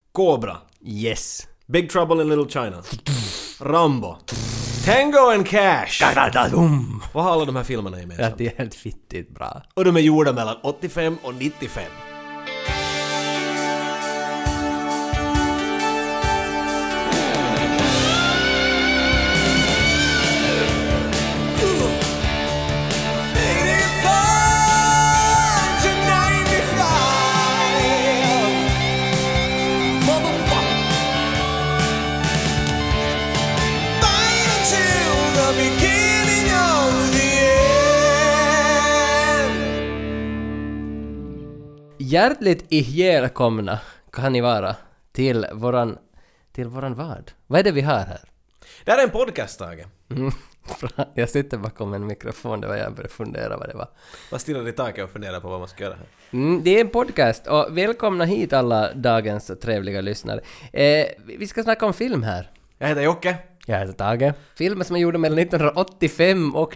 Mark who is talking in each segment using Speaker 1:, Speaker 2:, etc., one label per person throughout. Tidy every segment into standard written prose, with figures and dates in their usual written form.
Speaker 1: Cobra.
Speaker 2: Yes.
Speaker 1: Big Trouble in Little China. Rambo. Tango and Cash. Vad har alla de här filmerna
Speaker 2: Ja,
Speaker 1: gemensamt?
Speaker 2: det är helt fittigt bra.
Speaker 1: Och de är gjorda mellan 85 och 95.
Speaker 2: Hjärtligt ihjälkomna kan ni vara till våran vad? Vad är det vi har här?
Speaker 1: Det här är en podcast, Tage.
Speaker 2: Jag sitter bakom en mikrofon, det var jag började fundera vad det var.
Speaker 1: Vad stirrar i taket och funderar på vad man ska göra här?
Speaker 2: Det är en podcast och välkomna hit alla dagens trevliga lyssnare. Vi ska snacka om film här.
Speaker 1: Jag heter Jocke.
Speaker 2: Jag heter Tage. Filmer som är gjorda mellan 1985 och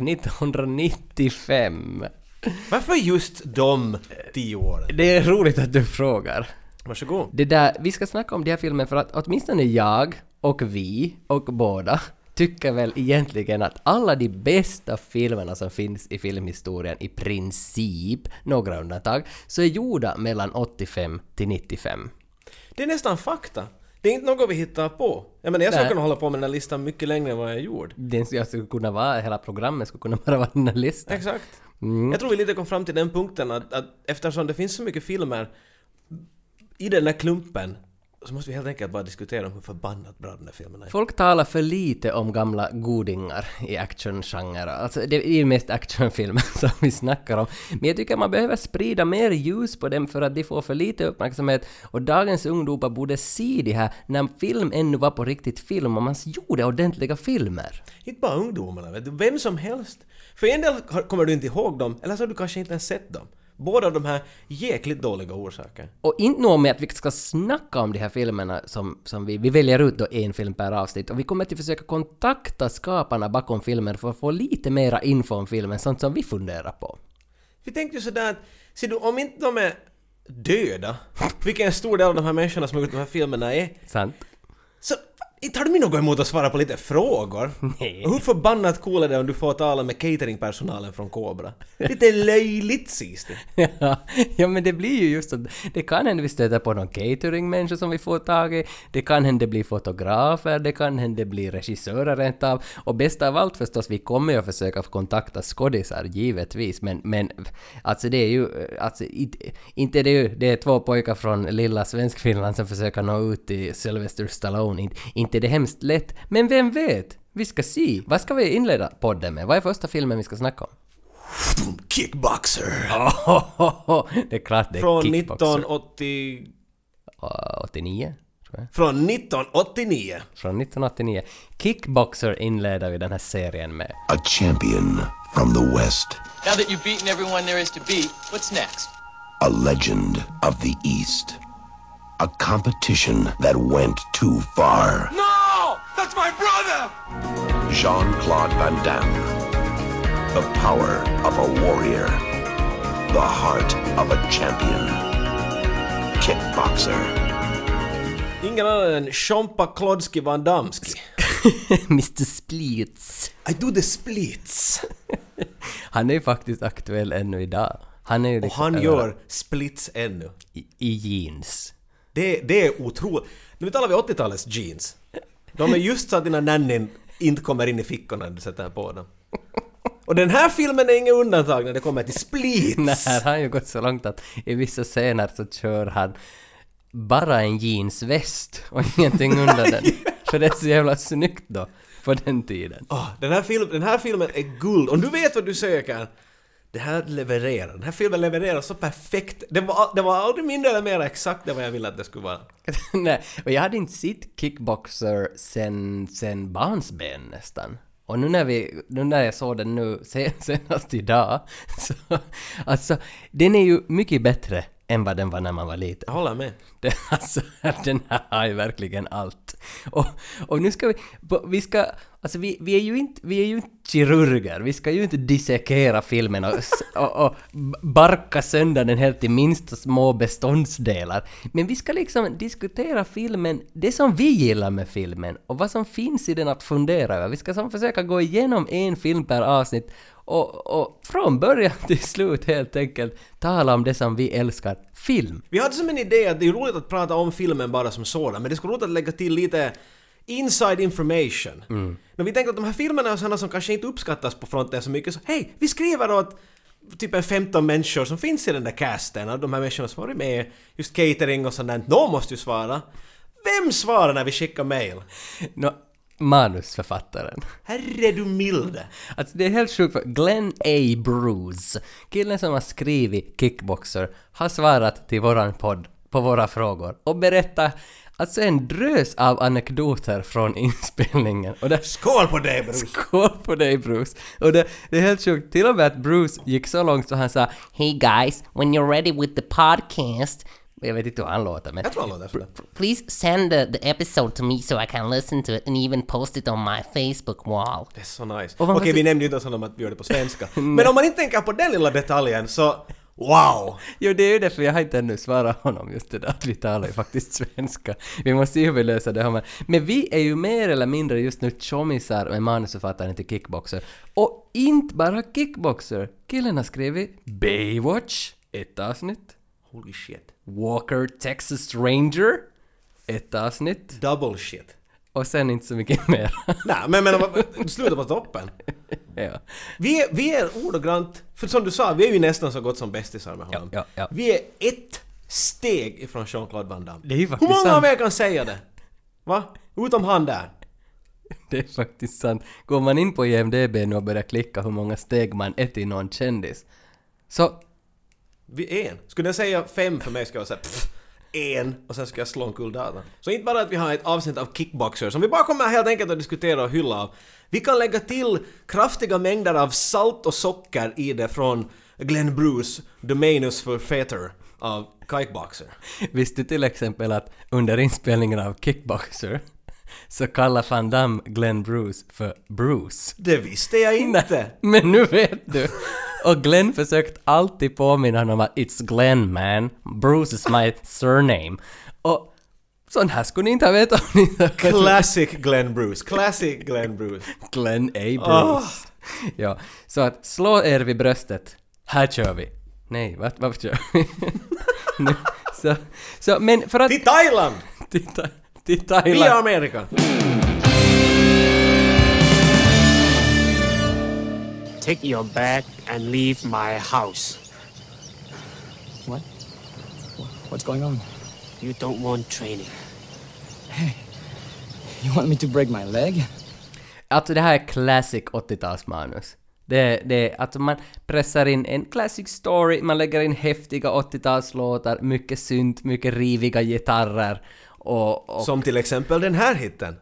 Speaker 2: 1995.
Speaker 1: Varför just de 10 åren?
Speaker 2: Det är roligt att du frågar.
Speaker 1: Varsågod.
Speaker 2: Vi ska snacka om de här filmerna för att åtminstone jag och vi och båda tycker väl egentligen att alla de bästa filmerna som finns i filmhistorien i princip, några undantag, så är gjorda mellan 85 till 95.
Speaker 1: Det är nästan fakta. Det är inte något vi hittar på. Jag skulle kunna hålla på med den här listan mycket längre än vad jag gjorde.
Speaker 2: Jag skulle kunna vara, hela programmet skulle kunna vara den här listan.
Speaker 1: Exakt. Jag tror vi lite kom fram till den punkten att eftersom det finns så mycket filmer i den här klumpen så måste vi helt enkelt bara diskutera om hur förbannat bra den här filmen är.
Speaker 2: Folk talar för lite om gamla godingar i actiongenre. Alltså det är ju mest actionfilmer som vi snackar om. Men jag tycker man behöver sprida mer ljus på dem för att de får för lite uppmärksamhet. Och dagens ungdomar borde se det här när film ännu var på riktigt film och man gjorde ordentliga filmer.
Speaker 1: Inte bara ungdomarna, vet du. Vem som helst. För en del kommer du inte ihåg dem, eller så har du kanske inte ens sett dem. Båda de här jäkligt dåliga orsaker.
Speaker 2: Och inte nog med att vi ska snacka om de här filmerna som vi väljer ut då en film per avsnitt. Och vi kommer att försöka kontakta skaparna bakom filmen för att få lite mera info om filmen, sånt som vi funderar på.
Speaker 1: Vi tänkte ju sådär att, ser du, om inte de är döda, vilken stor del av de här människorna som har gjort de här filmerna är,
Speaker 2: Sant?
Speaker 1: så inte har du något emot att svara på lite frågor?
Speaker 2: Nej.
Speaker 1: Och hur förbannat cool är det om du får tala med cateringpersonalen från Cobra? Lite löjligt sist.
Speaker 2: Ja, men det blir ju just att det kan hända vi stöter på någon cateringmänniska som vi får tag i. Det kan hända det blir fotografer, det kan hända det blir regissörer rent av. Och bäst av allt förstås, vi kommer ju att försöka kontakta skådisar, givetvis. Men alltså det är ju, alltså inte det är ju, det är 2 pojkar från lilla Svenskfinland som försöker nå ut till Sylvester Stallone. Inte det är hemskt lätt, men vem vet? Vi ska se. Vad ska vi inleda podden med? Vad är första filmen vi ska snacka om?
Speaker 1: Kickboxer.
Speaker 2: Det är klart det är
Speaker 1: Från
Speaker 2: Kickboxer.
Speaker 1: 1989.
Speaker 2: tror jag.
Speaker 1: Från 1989.
Speaker 2: Från 1989. Kickboxer inleder vi den här serien med.
Speaker 3: A champion from the West.
Speaker 4: Now that you've beaten everyone there is to beat, what's next?
Speaker 3: A legend of the East. A competition that went too far.
Speaker 4: No! That's my brother!
Speaker 3: Jean-Claude Van Damme. The power of a warrior. The heart of a champion. Kickboxer.
Speaker 1: Ingen annan än Chompa Klodski Van Damski.
Speaker 2: Mr. Splits.
Speaker 1: I do the splits.
Speaker 2: Han är ju faktiskt aktuell ännu idag. Han är ju
Speaker 1: Och
Speaker 2: liksom
Speaker 1: han gör splits ännu.
Speaker 2: i jeans.
Speaker 1: Det är otroligt. Nu talar vi 80-talets jeans. De är just så att dina nannin inte kommer in i fickorna när du sätter på dem. Och den här filmen är ingen undantag när det kommer till splits.
Speaker 2: Nej, han har ju gått så långt att i vissa scener så kör han bara en jeansväst och ingenting under den. För det är så jävla snyggt då på den tiden.
Speaker 1: Den här filmen är guld. Om du vet vad du söker, den här filmen levererar så perfekt. Det var aldrig mindre eller mer exakt det vad jag ville att det skulle vara.
Speaker 2: Nej, och jag hade inte sett Kickboxer sen barnsben nästan. Och nu när jag såg den nu senast idag, så alltså den är ju mycket bättre än vad den var när man var liten.
Speaker 1: Jag håller med.
Speaker 2: Alltså, den här har ju verkligen allt. Och nu ska Alltså vi är ju inte kirurger, vi ska ju inte dissekera filmen och barka sönder den helt till minsta små beståndsdelar. Men vi ska liksom diskutera filmen, det som vi gillar med filmen och vad som finns i den att fundera över. Vi ska som försöka gå igenom en film per avsnitt och från början till slut helt enkelt tala om det som vi älskar, film.
Speaker 1: Vi hade som en idé att det är roligt att prata om filmen bara som sådan, men det skulle roligt att lägga till lite inside information. När vi tänker att de här filmerna är sådana som kanske inte uppskattas på fronten så mycket, så hej, vi skriver åt typ en 15 människor som finns i den där casten, och de här människorna som varit med, just catering och sånt där, de måste ju svara. Vem svarar när vi skickar mail?
Speaker 2: Manusförfattaren.
Speaker 1: Herre du milde.
Speaker 2: Alltså det är helt sjukt, för Glenn A. Bruce, killen som har skrivit Kickboxer, har svarat till våran podd på våra frågor och berättat alltså en drös av anekdoter från inspelningen. Och
Speaker 1: Skål på dig, Bruce!
Speaker 2: Skål på dig, Bruce! Och det är helt sjukt, till och med att Bruce gick så långt så han sa "Hey guys, when you're ready with the podcast..." Jag vet inte hur han låter, men...
Speaker 1: Jag tror han låter så.
Speaker 5: Please send the episode to me so I can listen to it and even post it on my Facebook wall.
Speaker 1: Det är så nice.
Speaker 2: Och
Speaker 1: Okej, vi nämnde ju inte ens om att vi gör det på svenska. Men om man inte tänker på den lilla detaljen så... Wow!
Speaker 2: Jo, det är ju därför jag har inte ännu svarat honom just det där, att vi talar ju faktiskt svenska. Vi måste ju väl lösa det här. Men vi är ju mer eller mindre just nu tjommisar med manusförfattaren till Kickboxer. Och inte bara Kickboxer. Killen har skrivit Baywatch, 1 avsnitt.
Speaker 1: Holy shit.
Speaker 2: Walker Texas Ranger, 1 avsnitt.
Speaker 1: Double shit.
Speaker 2: Och sen inte så mycket mer.
Speaker 1: Nej, men sluta på toppen.
Speaker 2: Ja.
Speaker 1: Vi är ordogrant, för som du sa, vi är ju nästan så gott som bästisar med honom.
Speaker 2: Ja.
Speaker 1: Vi är ett steg ifrån Jean-Claude Van Damme.
Speaker 2: Det är ju faktiskt
Speaker 1: Hur många
Speaker 2: sant.
Speaker 1: av er kan säga det? Va? Utom han där.
Speaker 2: Det är faktiskt sant. Går man in på IMDb nu och börjar klicka hur många steg man är till någon kändis, så...
Speaker 1: Vi är en. Skulle jag säga 5 för mig ska jag säga 1 och sen ska jag slå en kul data. Så inte bara att vi har ett avsnitt av Kickboxer som vi bara kommer helt enkelt att diskutera och hylla av. Vi kan lägga till kraftiga mängder av salt och socker i det från Glenn Bruce, The Manus for Theater av Kickboxer.
Speaker 2: Visste du till exempel att under inspelningen av Kickboxer så kallar Van Damme Glenn Bruce för Bruce?
Speaker 1: Det visste jag inte.
Speaker 2: Men nu vet du. Och Glenn försökt alltid påminna honom att it's Glenn, man. Bruce is my surname. Och sån här skulle ni inte ha vetat om ni inte...
Speaker 1: Classic Glenn Bruce. Classic Glenn Bruce.
Speaker 2: Glenn A. Bruce. Ja, så att slå er vid bröstet. Här kör vi. Nej, varför kör vi? Nu, så, men för att...
Speaker 1: Till Thailand!
Speaker 2: Till Thailand.
Speaker 1: Via Amerika.
Speaker 6: Take your bag and leave my house.
Speaker 7: What? What's going on?
Speaker 6: You don't want training.
Speaker 7: You want me to break my leg?
Speaker 2: Alltså det här är classic 80-talsmanus. Det är att man pressar in en classic story, man lägger in häftiga 80-talslåtar, mycket synt, mycket riviga gitarrer och...
Speaker 1: Som till exempel den här hitten.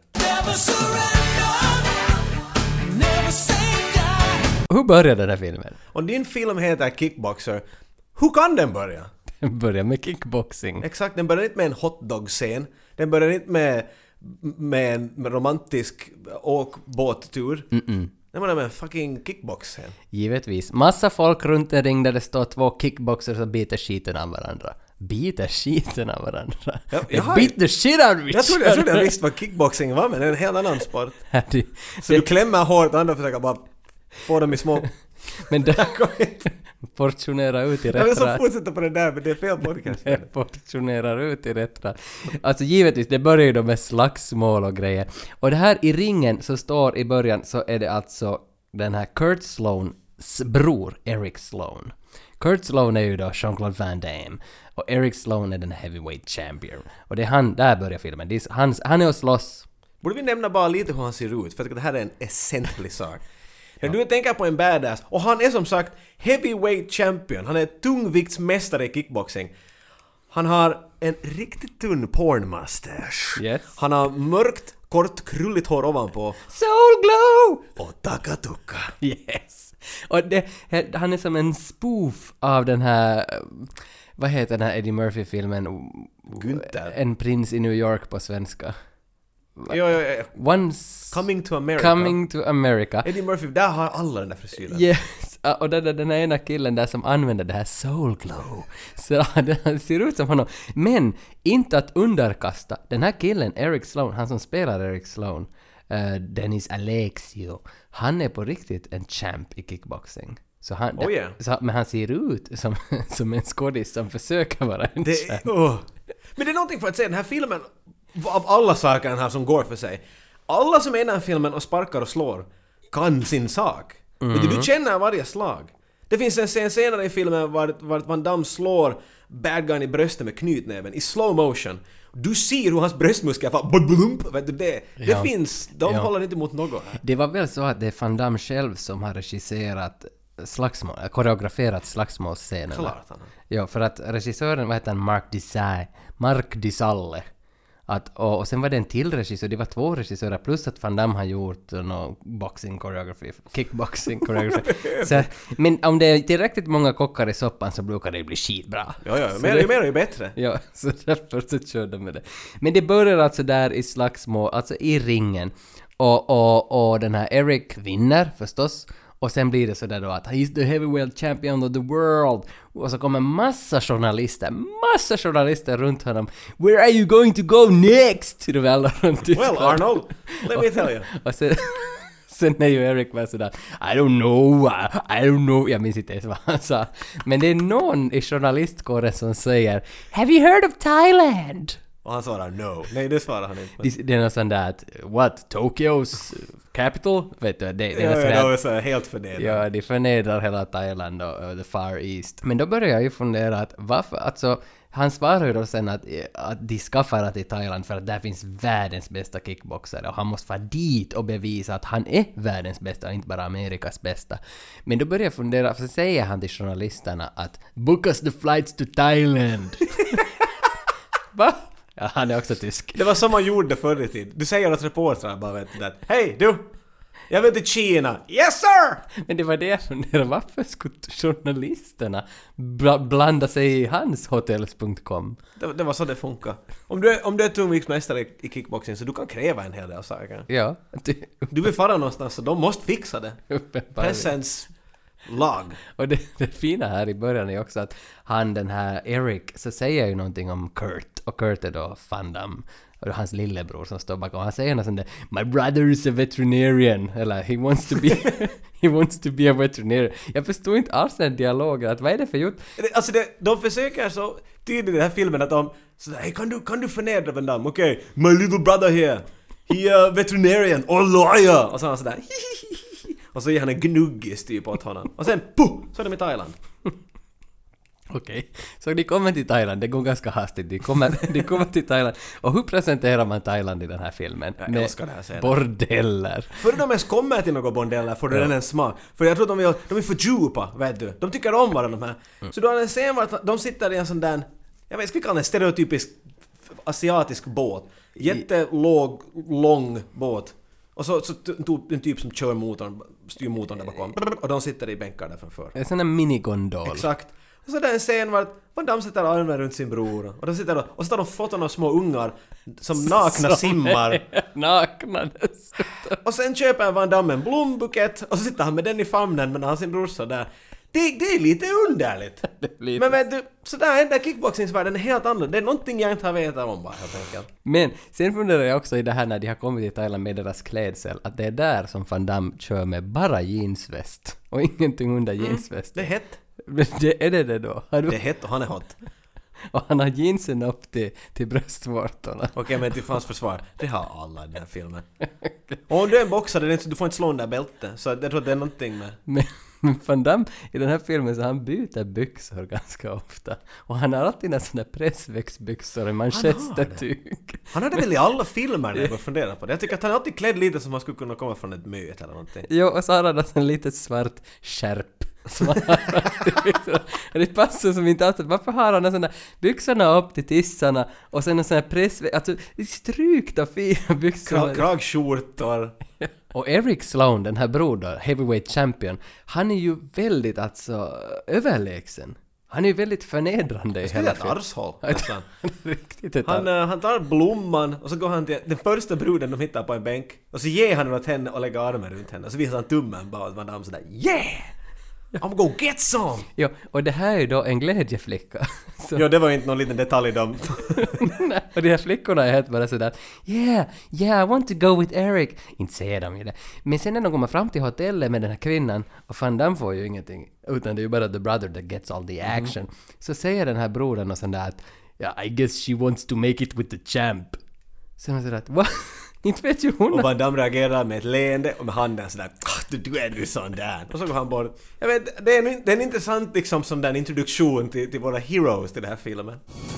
Speaker 2: Hur börjar den här filmen?
Speaker 1: Och din film heter Kickboxer. Hur kan den börja?
Speaker 2: Den börjar med kickboxing.
Speaker 1: Exakt, den börjar inte med en hotdog-scen. Den börjar inte med en romantisk åkbåttur. Den börjar med en fucking kickbox-scen.
Speaker 2: Givetvis. Massa folk runt en ring där det står 2 kickboxers och biter skiten av varandra. Biter skiten av varandra? Beat the shit out of each
Speaker 1: Jag trodde jag visste vad kickboxing var, men det är en helt annan sport. Så du klämmer hårt och andra försöker bara få dem i små...
Speaker 2: Men där portionera ut i rätt
Speaker 1: Jag vill så
Speaker 2: rätt.
Speaker 1: fortsätta på det där, men det är fel podcast.
Speaker 2: Portionerar ut i rätt rätt. Alltså givetvis, det börjar ju då med slagsmål och grejer. Och det här i ringen så står i början så är det alltså den här Kurt Sloans bror, Eric Sloan. Kurt Sloan är ju då Jean-Claude Van Damme. Och Eric Sloan är den heavyweight champion. Och det är han, där börjar filmen. Han är och slåss.
Speaker 1: Borde vi nämna bara lite hur han ser ut? För att det här är en essentlig sak. När du tänker på en badass, och han är som sagt heavyweight champion, han är tungviktsmästare i kickboxing. Han har en riktigt tunn pornmustache.
Speaker 2: Yes.
Speaker 1: Han har mörkt, kort, krulligt hår ovanpå.
Speaker 2: Soul glow!
Speaker 1: Och takatuka.
Speaker 2: Yes. Och han är som en spoof av den här... Vad heter den här Eddie Murphy-filmen?
Speaker 1: Günther.
Speaker 2: En prins i New York på svenska. Once
Speaker 1: Coming to America.
Speaker 2: Coming to America.
Speaker 1: Eddie Murphy, där har alla den där frisyren.
Speaker 2: Yes. Och den här ena killen där som använder det här soul glow. Så han ser ut som honom. Men inte att underkasta. Den här killen, Eric Sloan, han som spelar Eric Sloan, Dennis Alexio, han är på riktigt en champ i kickboxing. Så han, men han ser ut som en skådis som försöker vara en champ.
Speaker 1: Men det är någonting för att säga, den här filmen, av alla saker den här som går för sig, alla som är i den här filmen och sparkar och slår kan sin sak. Du känner varje slag. Det finns en scen senare i filmen var Van Damme slår bad guyn i bröstet med knytnäven i slow motion. Du ser hur hans bröstmuskler vet du det finns, de håller inte mot något här.
Speaker 2: Det var väl så att det är Van Damme själv som har regisserat koreograferat slagsmålscenerna.
Speaker 1: Klart han.
Speaker 2: Ja, för att regissören, vad heter han, Mark DiSalle. Och sen var det en till regissör, det var 2 regissörer plus att Van Damme har gjort kickboxing choreography. Så, men om det är tillräckligt många kockar i soppan så brukar det bli skitbra.
Speaker 1: Ja, mer och bättre.
Speaker 2: Ja, så därför så körde de med det. Men det börjar alltså där i slagsmål, alltså i ringen. Och den här Eric vinner förstås. Och sen blir det så där då att he's the heavyweight champion of the world. Och så kommer massa journalister runt honom. Where are you going to go next? Well,
Speaker 1: Arnold, let me tell you.
Speaker 2: Och sen är ju Eric bara sådär, I don't know. Jag minns inte ens vad han sa. Men det är någon i journalistkåren som säger, have you heard of Thailand?
Speaker 1: Och han svarar no. Nej, det svarar han inte.
Speaker 2: Det är någon sån där att, what? Tokyo's capital? Vet du, det
Speaker 1: är så helt förnedrar.
Speaker 2: Ja, de förnedrar hela Thailand och the Far East. Men då börjar jag ju fundera att varför, alltså, han svarar ju då sen att de ska fara till Thailand för att där finns världens bästa kickboxare och han måste fara dit och bevisa att han är världens bästa och inte bara Amerikas bästa. Men då börjar jag fundera, för så säger han till journalisterna att book us the flights to Thailand. Va? Ja, han är också tysk.
Speaker 1: Det var som man gjorde förr i tiden. Du säger åt reportrarna bara vet du, hej du, jag vill till Kina. Yes sir!
Speaker 2: Men det var det jag funderade, varför skulle journalisterna blanda sig i hans hotels.com?
Speaker 1: Det var så det funkar. Om du är tungviktsmästare i kickboxing så du kan kräva en hel del saker.
Speaker 2: Ja.
Speaker 1: Du vill fara någonstans så de måste fixa det. Pressens lag.
Speaker 2: Och det fina här i början är också att den här Eric, så säger ju någonting om Kurt. Och Kurt är då Van Damme. Och det är hans lillebror som står bakom. Han säger något sånt där, my brother is a veterinarian. Eller, he wants to be a veterinarian. Jag förstår inte alls den dialogen. Att, vad är det för gjort?
Speaker 1: Alltså de försöker så tydligt i den här filmen att de sådär, hey, kan du förnedra Van Damme? Okej, my little brother here. He a veterinarian or lawyer. Och så han sådär, och så ger han en gnuggis typ åt honom. Och sen, så är de i Thailand.
Speaker 2: Okej, så de kommer till Thailand, det går ganska hastigt. De kommer till Thailand. Och hur presenterar man Thailand i den här filmen?
Speaker 1: Jag älskar det här scenen.
Speaker 2: Bordeller.
Speaker 1: För de ens kommer till några bordeller får du den en smak. För jag tror de är för djupa, vet du. De tycker om varandra de här. Så du har en scen var att de sitter i en sån där, jag vet, ska vi kalla en stereotypisk asiatisk båt. Jättelåg, lång båt. Och så en typ som styr motorn där bakom. Och de sitter i bänkar där framför.
Speaker 2: En sån där minigondol.
Speaker 1: Exakt. Och så där en scen var att Van Damme sätter armen runt sin bror. Och så tar de foton av små ungar som nakna simmar.
Speaker 2: Nakna dessutom.
Speaker 1: Och sen köper Van Damme en blombukett. Och så sitter han med den i famnen men han har sin brorsa där. Det är lite underligt. Men vet du, sådär den där kickboxingsvärlden är helt annorlunda. Det är någonting jag inte har vetat om bara helt enkelt.
Speaker 2: Men sen funderar jag också i det här när de har kommit till Thailand med deras klädsel. Att det är där som Van Damme kör med bara jeansväst. Och ingenting under jeansväst.
Speaker 1: Det är hett.
Speaker 2: Är det då?
Speaker 1: Det är hett och han är hot.
Speaker 2: Och han har jeansen upp till bröstvårtorna.
Speaker 1: Okej, men till fans försvar, det har alla i den här filmen. Och om du är en boxare, du får inte slå den där bältet. Så jag tror att det är någonting med...
Speaker 2: Men Van Damme, i den här filmen så han byter byxor ganska ofta. Och han har alltid en sån där pressväxtbyxor i manchestertyg.
Speaker 1: Han hade väl i alla filmer när jag funderar på det. Jag tycker att han alltid klädd lite som han skulle kunna komma från ett möte eller någonting.
Speaker 2: Jo, och så har han en liten svart skärp. Det passar som inte alltid. Varför har han en sån där byxorna upp till tissarna och sen en sån här pressväxt, alltså strykta fina byxor.
Speaker 1: Kragskjortor.
Speaker 2: Och Eric Sloan, den här brodern, heavyweight champion, han är ju väldigt alltså överlägsen. Han är ju väldigt förnedrande i
Speaker 1: Det är
Speaker 2: hela
Speaker 1: ett
Speaker 2: filmen.
Speaker 1: arshåll nästan.
Speaker 2: Riktigt ett
Speaker 1: Han tar blomman och så går han till den första bruden de hittar på en bänk och så ger han den åt henne och lägger armen runt henne och så visar han tummen bara åt Van Damme sådär yeah! I'm gonna get some!
Speaker 2: Ja, och det här är ju då en glädjeflicka. Så,
Speaker 1: Ja, det var inte någon liten detalj de...
Speaker 2: och de här flickorna är helt bara sådär yeah, I want to go with Eric. Inte säger de ju det. Men sen när de kommer fram till hotellet med den här kvinnan och Van Damme får ju ingenting utan det är ju bara the brother that gets all the action. Så säger den här brodern och sådär att I guess she wants to make it with the champ. Så man säger att va? Inte vet ju hon.
Speaker 1: Och Van Damme reagerar med ett leende och med handen sådär du är ju sån där. Och så går han bort. Jag vet, det är en intressant liksom som den introduktion till våra heroes till den här filmen.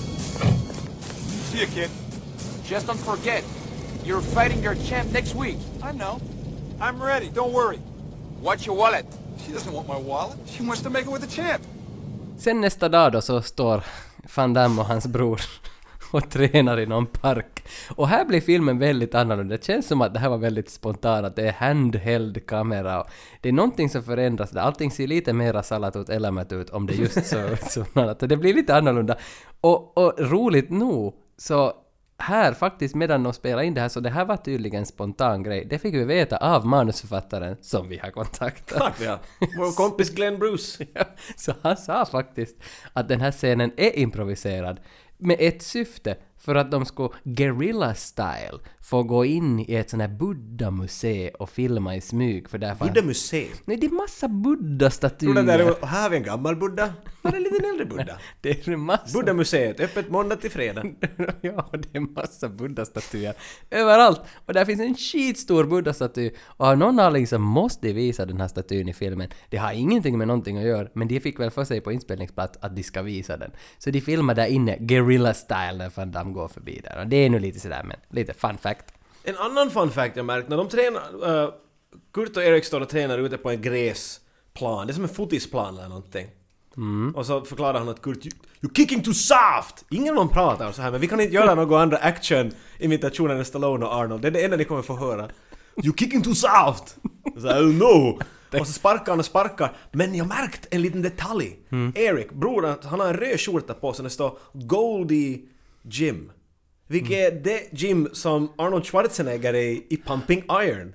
Speaker 4: See you, kid. Just don't forget, you're fighting your champ next week. I know. I'm ready. Don't worry. Watch your wallet. She doesn't want my wallet. She wants to make it with the champ.
Speaker 2: Sen nästa dag då så står Van Damme och hans bror och tränar i någon park. Och här blir filmen väldigt annorlunda. Det känns som att det här var väldigt spontant. Att det är handheld kamera. Och det är någonting som förändras. Allting ser lite mer salat ut, element ut om det är just så att det blir lite annorlunda. Och roligt nog så här faktiskt medan de spelar in det här så det här var tydligen en spontan grej. Det fick vi veta av manusförfattaren som vi har kontaktat.
Speaker 1: Klart vi har. Vår kompis Glenn Bruce.
Speaker 2: Ja, så han sa faktiskt att den här scenen är improviserad med ett syfte för att de ska guerrilla style få gå in i ett sånt här Buddha-museum och filma i smyg för därför...
Speaker 1: Buddha-museum?
Speaker 2: Nej, det är massa Buddha-statyer.
Speaker 1: Tror det där, och här har vi en gammal Buddha. Här är en liten äldre Buddha.
Speaker 2: Det är massa...
Speaker 1: Buddha-museet, öppet måndag till fredag.
Speaker 2: Ja, det är massa Buddha-statyer överallt. Och där finns en skitstor Buddha-staty. Och av någon anledning så måste de visa den här statyn i filmen. Det har ingenting med någonting att göra, men de fick väl för sig på inspelningsplats att de ska visa den. Så de filmar där inne guerrilla-style när Van Damme går förbi där. Och det är nu lite sådär, men lite fun fact.
Speaker 1: En annan fun fact jag märkt, när de tränar... Kurt och Eric står och tränar ute på en gräsplan. Det är som en fotisplan eller någonting. Och så förklarar han att Kurt, you're kicking too soft! Ingen av dem pratar så här, men vi kan inte göra några andra action-imitationer än Stallone och Arnold. Det är det enda ni kommer få höra. You're kicking too soft! Så här, no! Och så sparkar han och sparkar. Men jag märkt en liten detalj. Eric, brodern, han har en röd skjorta på så det står Goldie Jim. Vilket är det gym som Arnold Schwarzenegger är i Pumping Iron.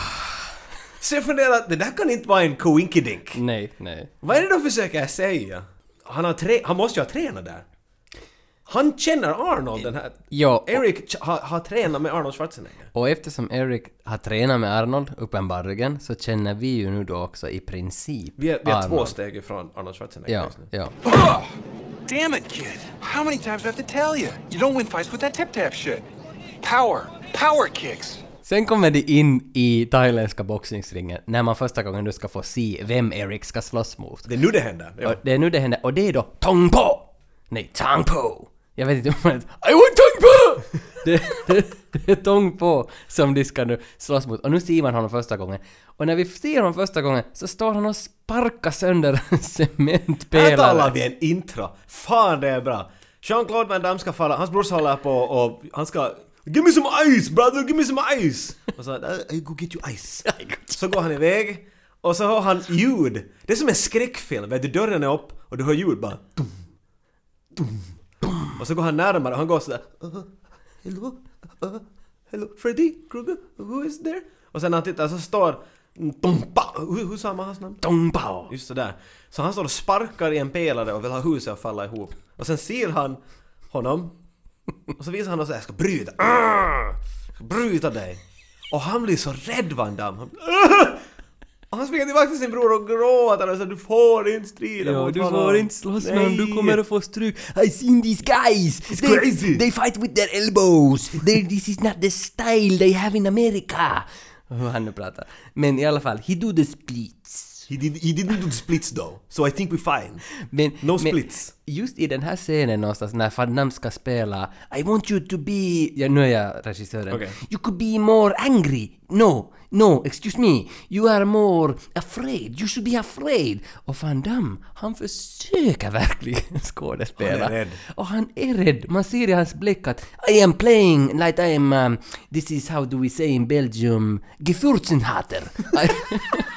Speaker 1: Så jag funderar att det där kan inte vara en coinkidink.
Speaker 2: Nej.
Speaker 1: Vad är det de försöker säga? Han måste ju ha tränat där. Han känner Arnold den här.
Speaker 2: Ja.
Speaker 1: Eric har tränat med Arnold Schwarzenegger.
Speaker 2: Och eftersom Eric har tränat med Arnold uppenbarligen så känner vi ju nu då också i princip
Speaker 1: Vi är
Speaker 2: Arnold.
Speaker 1: 2 steg ifrån Arnold Schwarzenegger.
Speaker 2: Ja,
Speaker 1: just nu.
Speaker 2: ja.
Speaker 4: Damn it, kid. How many times do I have to tell you? You don't win fights with that tip-tap shit. Power kicks.
Speaker 2: Sen kommer de in i thailändska boxningsringen när man första gången du ska få se vem Eric ska slåss mot.
Speaker 1: Det är nu det händer. Ja.
Speaker 2: Och det är nu det händer. Och det är då Tong Po! Nej, Tang Po! Jag vet inte om man... I want Tong Po! det är Tong Po som de ska nu slåss mot. Och nu ser man honom första gången. Och när vi ser honom första gången så står han och sparkar sönder en cementpelare.
Speaker 1: Här talar vi en intro. Fan, det är bra. Jean-Claude Van Damme ska falla. Hans brors håller på och han ska... Give me some ice, brother! Give me some ice! Och så I go get you ice. Så går han iväg. Och så har han ljud. Det är som en skräckfilm. Vet du, dörren är upp och du hör ljud bara... Dum, dum, dum. Och så går han närmare och han går sådär... Hello, Freddy Krueger? Who is there? Och sen när han tittar så står... Hur sa man hans namn?
Speaker 2: Tong-pao.
Speaker 1: Just sådär. Så han står och sparkar i en pelare och vill ha huset att falla ihop. Och sen ser han honom. Och så visar han och säger, jag ska bryta. Jag ska bryta dig. Och han blir så rädd, Van Damme. Och han springer tillbaka till sin bror och gråter och säger, du får inte strida
Speaker 2: Ja,
Speaker 1: mot
Speaker 2: du
Speaker 1: honom.
Speaker 2: får inte slåss med honom, du kommer att få stryk. I seen these guys!
Speaker 1: crazy.
Speaker 2: They fight with their elbows! This is not the style they have in America! Hur han nu pratar. Men i alla fall, he do the splits.
Speaker 1: He didn't do the splits though. So I think we're fine. No splits.
Speaker 2: Just i den här scenen någonstans när Van Damme ska spela I want you to be... Ja, nu är jag regissören.
Speaker 1: Okay.
Speaker 2: You could be more angry. No, excuse me. You are more afraid. You should be afraid. Och Van Damme, han försöker verkligen skådespela.
Speaker 1: Han är rädd.
Speaker 2: Och han är rädd. Man ser i hans blick att I am playing like I am... this is how do we say in Belgium... Gefurzenhater.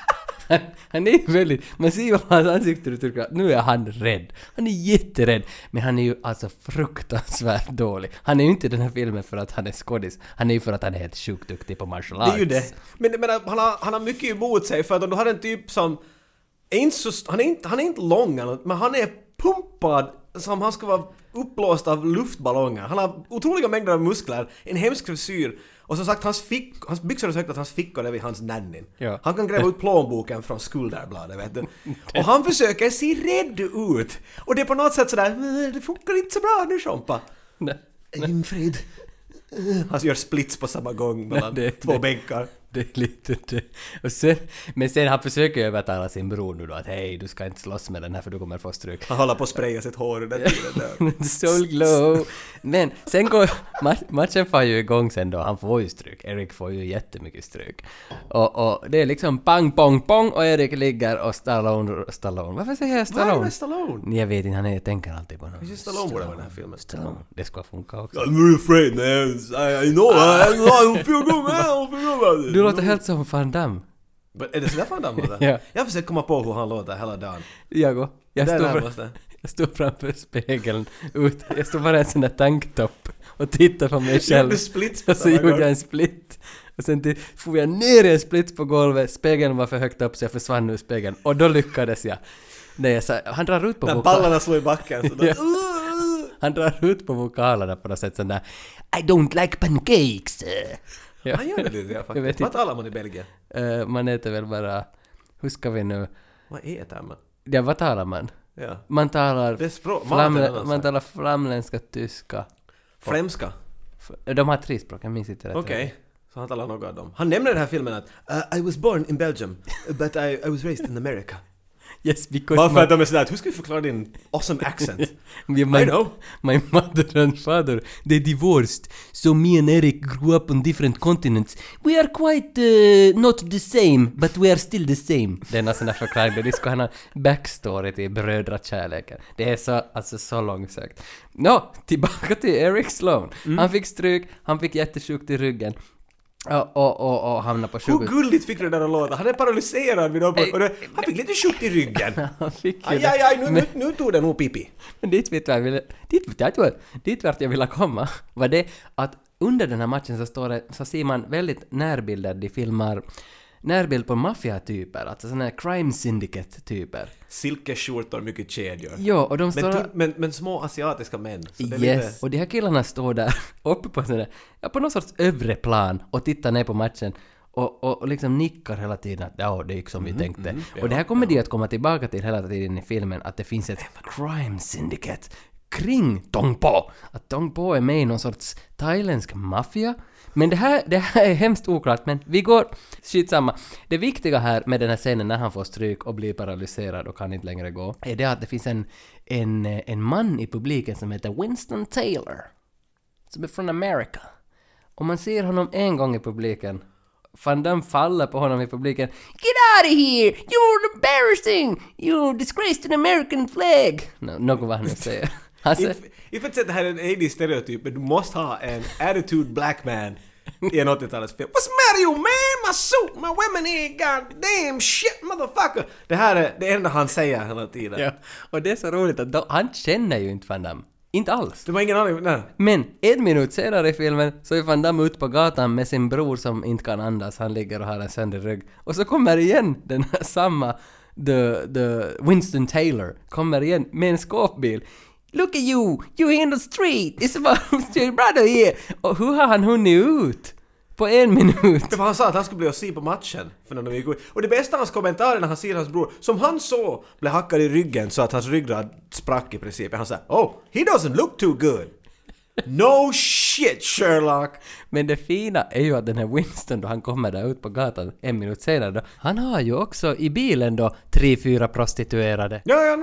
Speaker 2: Han är väldigt... Man ser ju hans ansiktsuttryck att nu är han rädd. Han är jätterädd. Men han är ju alltså fruktansvärt dålig. Han är ju inte i den här filmen för att han är skådis. Han är ju för att han är helt sjukt duktig på martial arts.
Speaker 1: Det är ju det. Men han har mycket emot sig för att om du har en typ som... Han är inte lång, men han är pumpad som han ska vara uppblåst av luftballonger. Han har otroliga mängder av muskler, en hemsk frisyr. Och som sagt, hans byxor har sagt att hans fickor är vid hans nannin.
Speaker 2: Ja.
Speaker 1: Han kan gräva ut plånboken från skulderbladet, vet du. Och han försöker se rädd ut. Och det är på något sätt sådär, det funkar inte så bra nu, Chompa. Infrid. Han gör splits på samma gång mellan två bänkar.
Speaker 2: Det är lite det. Och men sen han försöker övertala sin bror nu då att hej, du ska inte slåss med den här för du kommer få stryk.
Speaker 1: Han håller på att spraya sitt hår under tiden.
Speaker 2: Soul glow. Men sen går matchen får ju igång sen då. Han får ju stryk. Eric får ju jättemycket stryk. Och det är liksom pang, pong, pong och Eric ligger och Stallone. Varför säger jag Stallone?
Speaker 1: Vad är det med Stallone?
Speaker 2: Jag vet inte, han tänker alltid på något.
Speaker 1: Det är Stallone borde vara den här filmen.
Speaker 2: Stallone. Det ska funka också.
Speaker 1: I'm really afraid, man. I know. I don't feel good, man. I don't feel good about it.
Speaker 2: Du låter helt som Van Damme.
Speaker 1: Är det sådär Van Damme låter?
Speaker 2: Ja.
Speaker 1: Jag försöker komma på hur han låter hela dagen.
Speaker 2: Jag stod framför spegeln ut. Jag stod bara i en sån där tanktop och tittade på mig själv.
Speaker 1: Du splits
Speaker 2: och så gjorde jag en split. Och sen får jag ner i en split på golvet. Spegeln var för högt upp så jag försvann ur spegeln. Och då lyckades jag. Han drar ut på
Speaker 1: när ballarna slår i backen så då,
Speaker 2: ja. Han drar ut på vokalerna på något sätt sån där I don't like pancakes.
Speaker 1: Ja. Han gör det lite faktiskt. Vad talar man i Belgien?
Speaker 2: Man äter väl bara... Hur ska vi nu...
Speaker 1: Vad äter man?
Speaker 2: Ja, vad talar man?
Speaker 1: Ja.
Speaker 2: Man talar... Man talar flamländska, tyska.
Speaker 1: Flämska?
Speaker 2: De har 3 språk, jag minns inte rätt.
Speaker 1: Okej. Så han talar något av dem. Han nämner i den här filmen att I was born in Belgium, but I was raised in America.
Speaker 2: Yes, because...
Speaker 1: Bara för att de är sådär, hur ska vi förklara din awesome accent? I know.
Speaker 2: My mother and father, they divorced. So me and Eric grew up on different continents. We are quite not the same, but we are still the same. Det är en sån där förklaring. Det ska ha en backstory till brödrakärleken. Det är så långsökt. Tillbaka till Eric Sloane. Han fick stryk, han fick jättesjukt i ryggen. Och hamna på sjukhus.
Speaker 1: Hur gulligt fick du det där att låta? Han är paralyserad vid och han fick lite sjukt i ryggen.
Speaker 2: Han fick
Speaker 1: nu tog det nog pipi.
Speaker 2: Men dit vart jag ville komma var det att under den här matchen så ser man väldigt närbilder. De filmar närbild på maffiatyper, alltså såna här crime syndicate-typer.
Speaker 1: Silkeskjortor, mycket kedjor.
Speaker 2: Ja, och de står...
Speaker 1: Men små asiatiska män. Så det är
Speaker 2: yes,
Speaker 1: lite...
Speaker 2: och de här killarna står där uppe på sån där, på någon sorts övre plan och tittar ner på matchen och liksom nickar hela tiden att det gick som vi tänkte. Och det här kommer de att komma tillbaka till hela tiden i filmen, att det finns ett crime syndicate kring Tong Po. Att Tong Po är med i någon sorts thailändsk maffia. Men det här är hemskt oklart, men vi går skitsamma. Det viktiga här med den här scenen när han får stryk och blir paralyserad och kan inte längre gå är det att det finns en man i publiken som heter Winston Taylor som är från Amerika. Och man ser honom en gång i publiken. Van Damme faller på honom i publiken. Get out of here! You're embarrassing! You disgraced an American flag! Något vad han nu säger.
Speaker 1: If it's det här är en 80s-stereotyp, men du måste ha en attitude black man i en 80-talets film. What's the matter you man? My suit, my women here, goddamn shit motherfucker! Det här är det enda han säger hela tiden.
Speaker 2: Ja, och det är så roligt att han känner ju inte Van Damme. Inte alls.
Speaker 1: Det var ingen aning, nej.
Speaker 2: Men 1 minut senare i filmen så är Van Damme ut på gatan med sin bror som inte kan andas. Han ligger och har en sönder rygg. Och så kommer igen den här samma the Winston Taylor kommer igen med en skåpbil. Look at you in the street. It's about your brother here. Och hur har han hunnit ut? På 1 minut.
Speaker 1: Det var han sa att han skulle bli och se på matchen. För när de gick ut. Och det bästa hans kommentarer när han ser hans bror, som han så blev hackad i ryggen så att hans ryggrad sprack i princip. Han sa, oh, he doesn't look too good. No shit, Sherlock!
Speaker 2: Men det fina är ju att den här Winston då han kommer där ut på gatan 1 minut senare då, han har ju också i bilen då 3-4 prostituerade.
Speaker 1: Ja,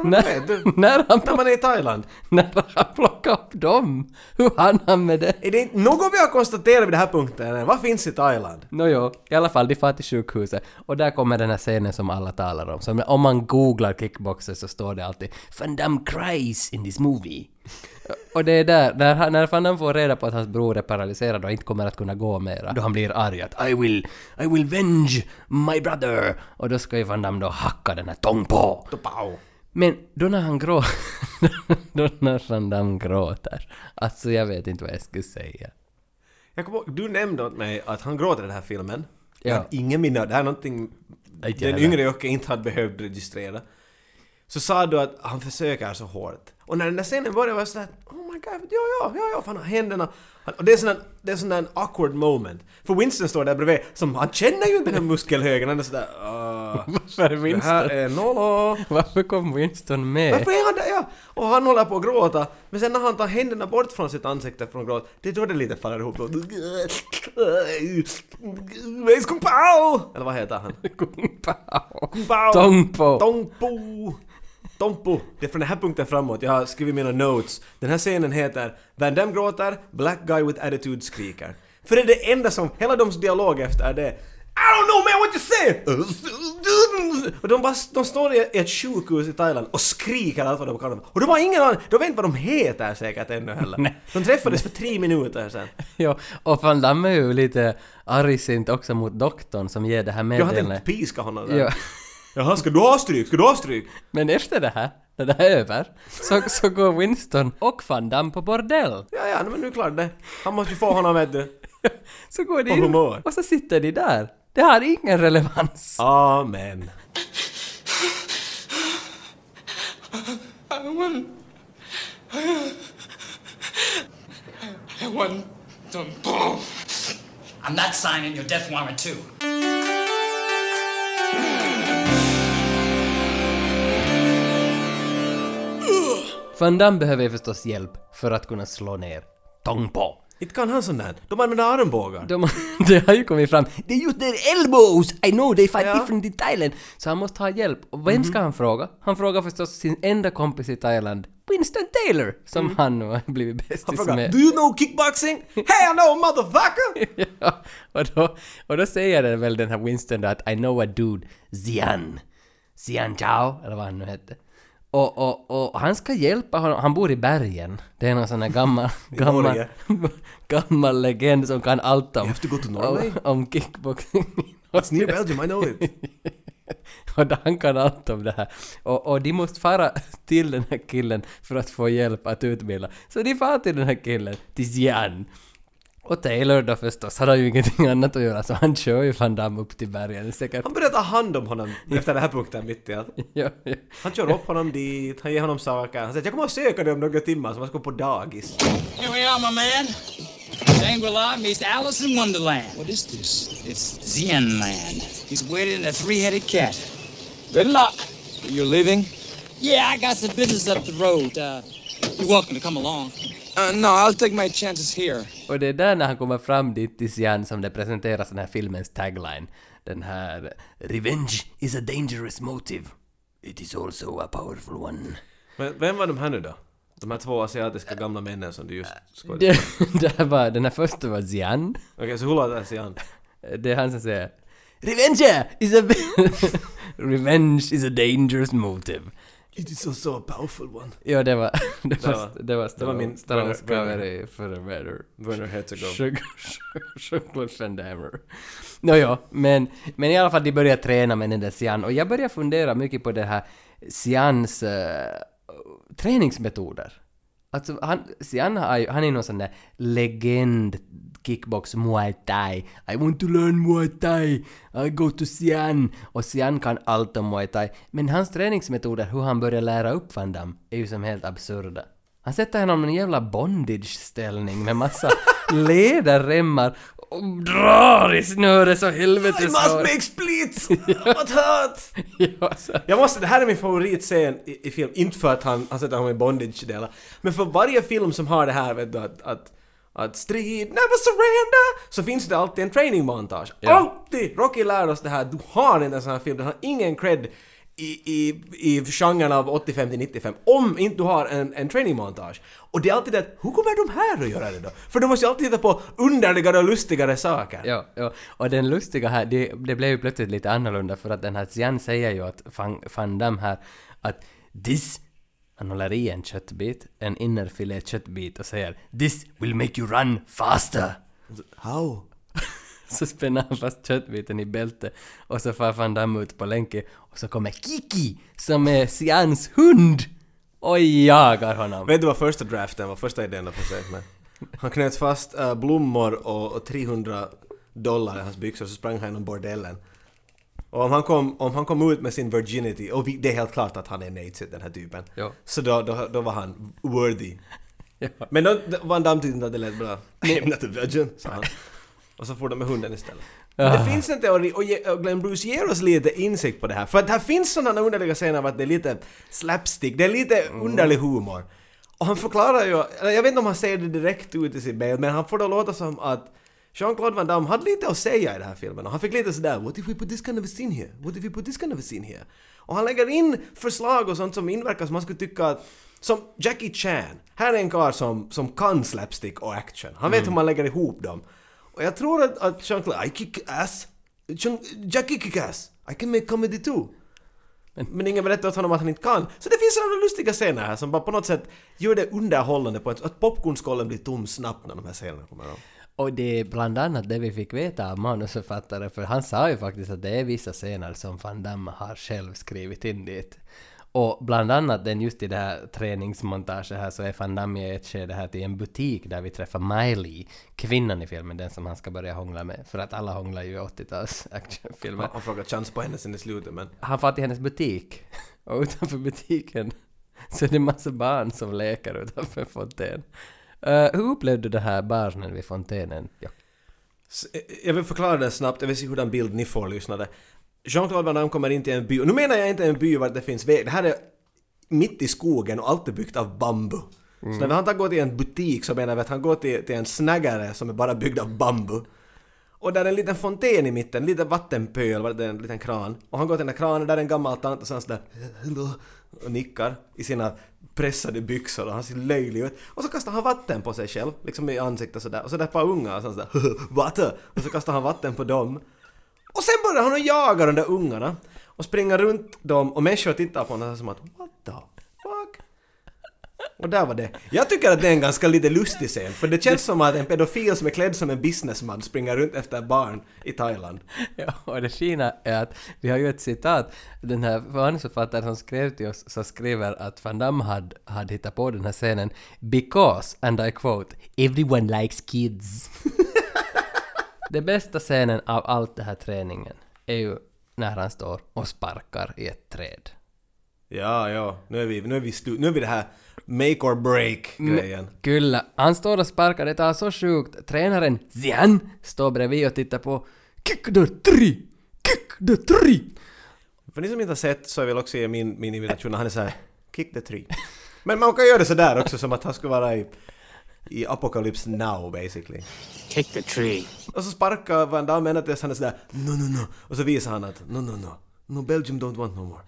Speaker 1: när man är i Thailand.
Speaker 2: När han plockar upp dem. Hur han med det?
Speaker 1: Är det inte något vi har konstaterat vid den här punkten? Vad finns i Thailand?
Speaker 2: Nåjo, i alla fall, de far till sjukhuset. Och där kommer den här scenen som alla talar om. Så om man googlar kickboxer så står det alltid Van Damme cries in this movie. Och det är där, när Van Damme får reda på att hans bror är paralyserad och inte kommer att kunna gå mera, då han blir arg att I will venge my brother. Och då ska ju Van Damme då hacka den här Tong Po. Men då när han då när Van Damme gråter, alltså jag vet inte vad jag skulle säga.
Speaker 1: Du nämnde åt mig att han gråter i den här filmen.
Speaker 2: Ja.
Speaker 1: Jag hade ingen minne. Det här är någonting den yngre Jocke inte hade behövt registrera. Så sa du att han försöker så hårt. Och när den där scenen började var jag sådär, oh my god, ja, fan händerna. Och det är sån där en awkward moment. För Winston står där bredvid, som han känner ju inte den här muskelhögen. Han är sådär,
Speaker 2: Varför är Winston?
Speaker 1: Det här är nollo.
Speaker 2: Varför kom Winston med?
Speaker 1: Varför är han där? Ja. Och han håller på att gråta. Men sen när han tar händerna bort från sitt ansikte från gråt, det är då det lite faller ihop. Veis Kung Pao! Eller vad heter han?
Speaker 2: Kung Pao.
Speaker 1: Kung Pao. Tongpo. Det är från den här punkten framåt. Jag har skrivit mina notes. Den här scenen heter Van Damme gråter, Black Guy with Attitude skriker. För det är det enda som, hela deras dialog efter är det I don't know man what you say! Och de står i ett sjukhus i Thailand och skriker allt vad de kan. Och de har ingen aning, de vet inte vad de heter säkert ännu heller.
Speaker 2: Nej.
Speaker 1: De träffades för 3 minuter sen.
Speaker 2: Ja, och Van Damme är ju lite argsint också mot doktorn som ger det här
Speaker 1: Jag
Speaker 2: meddelandet.
Speaker 1: hade inte piska honom där.
Speaker 2: Ja.
Speaker 1: Jaha, ska du ha stryk?
Speaker 2: Men efter det här, när det här är över, så går Winston och Van Damme på bordell.
Speaker 1: Ja, men nu är klart det. Han måste ju få honom, vet du.
Speaker 2: Så går de
Speaker 1: På
Speaker 2: in
Speaker 1: humör.
Speaker 2: och så sitter de där. Det har ingen relevans.
Speaker 1: Amen.
Speaker 7: I want the ball. I'm not signing your death warrant too.
Speaker 2: Van Damme behöver ju förstås hjälp för att kunna slå ner Tong Po.
Speaker 1: Inte kan han sån där. De använder armbågar.
Speaker 2: Det har ju kommit fram. Det är just their elbows! I know they fight different in Thailand. Så han måste ha hjälp. Och vem ska han fråga? Han frågar förstås sin enda kompis i Thailand, Winston Taylor, som han nu har blivit bästis med.
Speaker 1: Do you know kickboxing? Hey, I know motherfucker!
Speaker 2: Ja, och då säger det väl den här Winston då att I know a dude, Xian Chao, eller vad han nu hette. Och han ska hjälpa honom. Han bor i bergen. Det är någon sån här gammal legend som kan allt om.
Speaker 1: You have to go to Norway?
Speaker 2: Om kickboxing.
Speaker 1: It's near Belgium, I know it.
Speaker 2: Och han kan allt om det här. Och de måste fara till den här killen för att få hjälp att utbilda. Så de far till den här killen, till Xian. Och Taylor då förstås, han har ju ingenting annat att göra, så han kör ju Van Damme upp till bergen säkert.
Speaker 1: Han börjar ta hand om honom efter den här punkten mitt i allt.
Speaker 2: Ja.
Speaker 1: Han kör upp honom dit, han ger honom saker. Han säger, jag kommer att söka dig om några timmar så man ska gå på dagis.
Speaker 7: Here we are, my man. Shangri-La meets Alice in Wonderland. What is this? It's Xianland. He's waiting in a 3-headed cat. Good luck. You're leaving? Yeah, I got some business up the road. You're welcome to come along. No, I'll take my chances here.
Speaker 2: Och det är där när han kommer fram dit till Xian som det presenteras den här filmens tagline. Den här Revenge is a dangerous motive. It is also a powerful one.
Speaker 1: Men vem var de här nu då? De här 2 asiatiska gamla männen som du just skådade.
Speaker 2: Den här första var Xian.
Speaker 1: Okej, så hur låter det Xian?
Speaker 2: Det är han som säger Revenge is a dangerous motive.
Speaker 1: It is also a powerful one.
Speaker 2: Ja, det var
Speaker 1: min
Speaker 2: Stallone för
Speaker 1: Werner Herzog.
Speaker 2: Jean-Claude Van Damme. Nåja, men i alla fall de börjar träna med den där Xian. Och jag börjar fundera mycket på det här Xians träningsmetoder. Alltså Xian han är någon sån där legend kickbox muay thai. I want to learn muay thai. I go to Xian. Och Xian kan allt om muay thai. Men hans träningsmetoder, hur han börjar lära upp Van Damme, är ju som helt absurda. Han sätter honom i en jävla bondage-ställning med massa ledarremmar och drar i snöret så helvete.
Speaker 1: I must make splits! What hurt! Det här är min favoritscen i film. Inte för att han sätter honom i bondage-delar. Men för varje film som har det här, vet du, att strid, never surrender, så finns det alltid en training montage. Ja. Alltid! Rocky lär oss det här. Du har inte en sån här film. Den har ingen cred i genren av 85-95 om inte du har en training montage. Och det är alltid det, hur kommer de här att göra det då? För de måste ju alltid hitta på underligare och lustigare saker.
Speaker 2: Ja. Och den lustiga här, det blev ju plötsligt lite annorlunda för att den här Xian säger ju att Van Damme här att this Han håller i en köttbit, en innerfilé köttbit och säger "This will make you run faster."
Speaker 1: How?
Speaker 2: Så spänner han fast köttbiten i bältet och så far Van Damme ut på länken och så kommer Kiki som är Sians hund och jagar honom.
Speaker 1: Vet du vad första draften var? Första idén på försök med. Han knöt fast blommor och $300 i hans byxor så sprang han inom bordellen. Och om han kom ut med sin virginity, och det är helt klart att han är Nate, den här typen.
Speaker 2: Ja.
Speaker 1: Så då var han worthy.
Speaker 2: Ja.
Speaker 1: Men då Van Damme tyckte att det lät bra. I'm not a virgin, sa han. Och så får de med hunden istället. Men det finns en teori, och Glenn Bruce ger oss lite insikt på det här. För att här finns sådana underliga scener av att det är lite slapstick, det är lite underlig humor. Och han förklarar ju, jag vet inte om han säger det direkt ut i sin mail, men han får då låta som att Jean-Claude Van Damme hade lite att säga i den här filmen. Och han fick lite sådär, what if we put this kind of a scene here? What if we put this kind of a scene here? Och han lägger in förslag och sånt som inverkar som man skulle tycka att, som Jackie Chan. Här är en karl som kan slapstick och action. Han vet hur man lägger ihop dem. Och jag tror att Jean-Claude, I kick ass. Jackie kick ass. I can make comedy too. Men ingen berättar åt honom att han inte kan. Så det finns sådana lustiga scener här som bara på något sätt gör det underhållande på att popcornskollen blir tom snabbt när de här scenerna kommer om.
Speaker 2: Och det är bland annat det vi fick veta av manusförfattare, för han sa ju faktiskt att det är vissa scener som Van Damme har själv skrivit in dit. Och bland annat den just i det här träningsmontaget här så är Van Damme i ett skede här till en butik där vi träffar Miley, kvinnan i filmen, den som han ska börja hångla med. För att alla hånglar ju i 80-tals actionfilmer.
Speaker 1: Han frågar chans på henne sen i slutet, men...
Speaker 2: Han får till hennes butik. Och utanför butiken så är det en massa barn som leker utanför fontän. Hur upplevde du det här barnen vid fontänen? Ja.
Speaker 1: Jag vill förklara det snabbt, jag vill se hur den bild ni får lyssnade. Jean-Claude Van Damme kommer in till en by, och nu menar jag inte en by var det finns väg, det här är mitt i skogen och allt är byggt av bambu. Så när han går till en butik så menar vi att han går till en snaggare som är bara byggd av bambu. Och där är en liten fontän i mitten, en liten vattenpöl, en liten kran. Och han går till den här kranen, där är en gammal tant och så han sådär och nickar i sina pressade byxor och han ser löjlig ut. Och så kastar han vatten på sig själv, liksom i ansiktet sådär. Och så där ett par unga och så sådär, vatten! Och så kastar han vatten på dem. Och sen börjar han att jaga de där ungarna och springa runt dem och människor tittar på honom som att what the fuck? Och där var det. Jag tycker att det är en ganska lite lustig scen, för det känns som att en pedofil som är klädd som en businessman springer runt efter barn i Thailand.
Speaker 2: Ja, och det fina är att vi har ju ett citat, den här manusförfattaren som skrev till oss så skriver att Van Damme hade hittat på den här scenen because, and I quote, everyone likes kids. Det bästa scenen av allt det här träningen är ju när han står och sparkar i ett träd.
Speaker 1: Ja, nu är vi det här make or break grejen.
Speaker 2: Kyllä, han står och sparkar, det tar så sjukt. Tränaren Zian står bredvid och tittar på kick the tree.
Speaker 1: För ni som inte har sett så jag vill också ge min imitation när han är så här kick the tree. Men man kan göra det så där också som att han skulle vara i Apocalypse Now basically.
Speaker 6: Kick the tree.
Speaker 1: Och så sparkar Van Damme ända tills han är sådär no. Och så visar han att no Belgium don't want no more.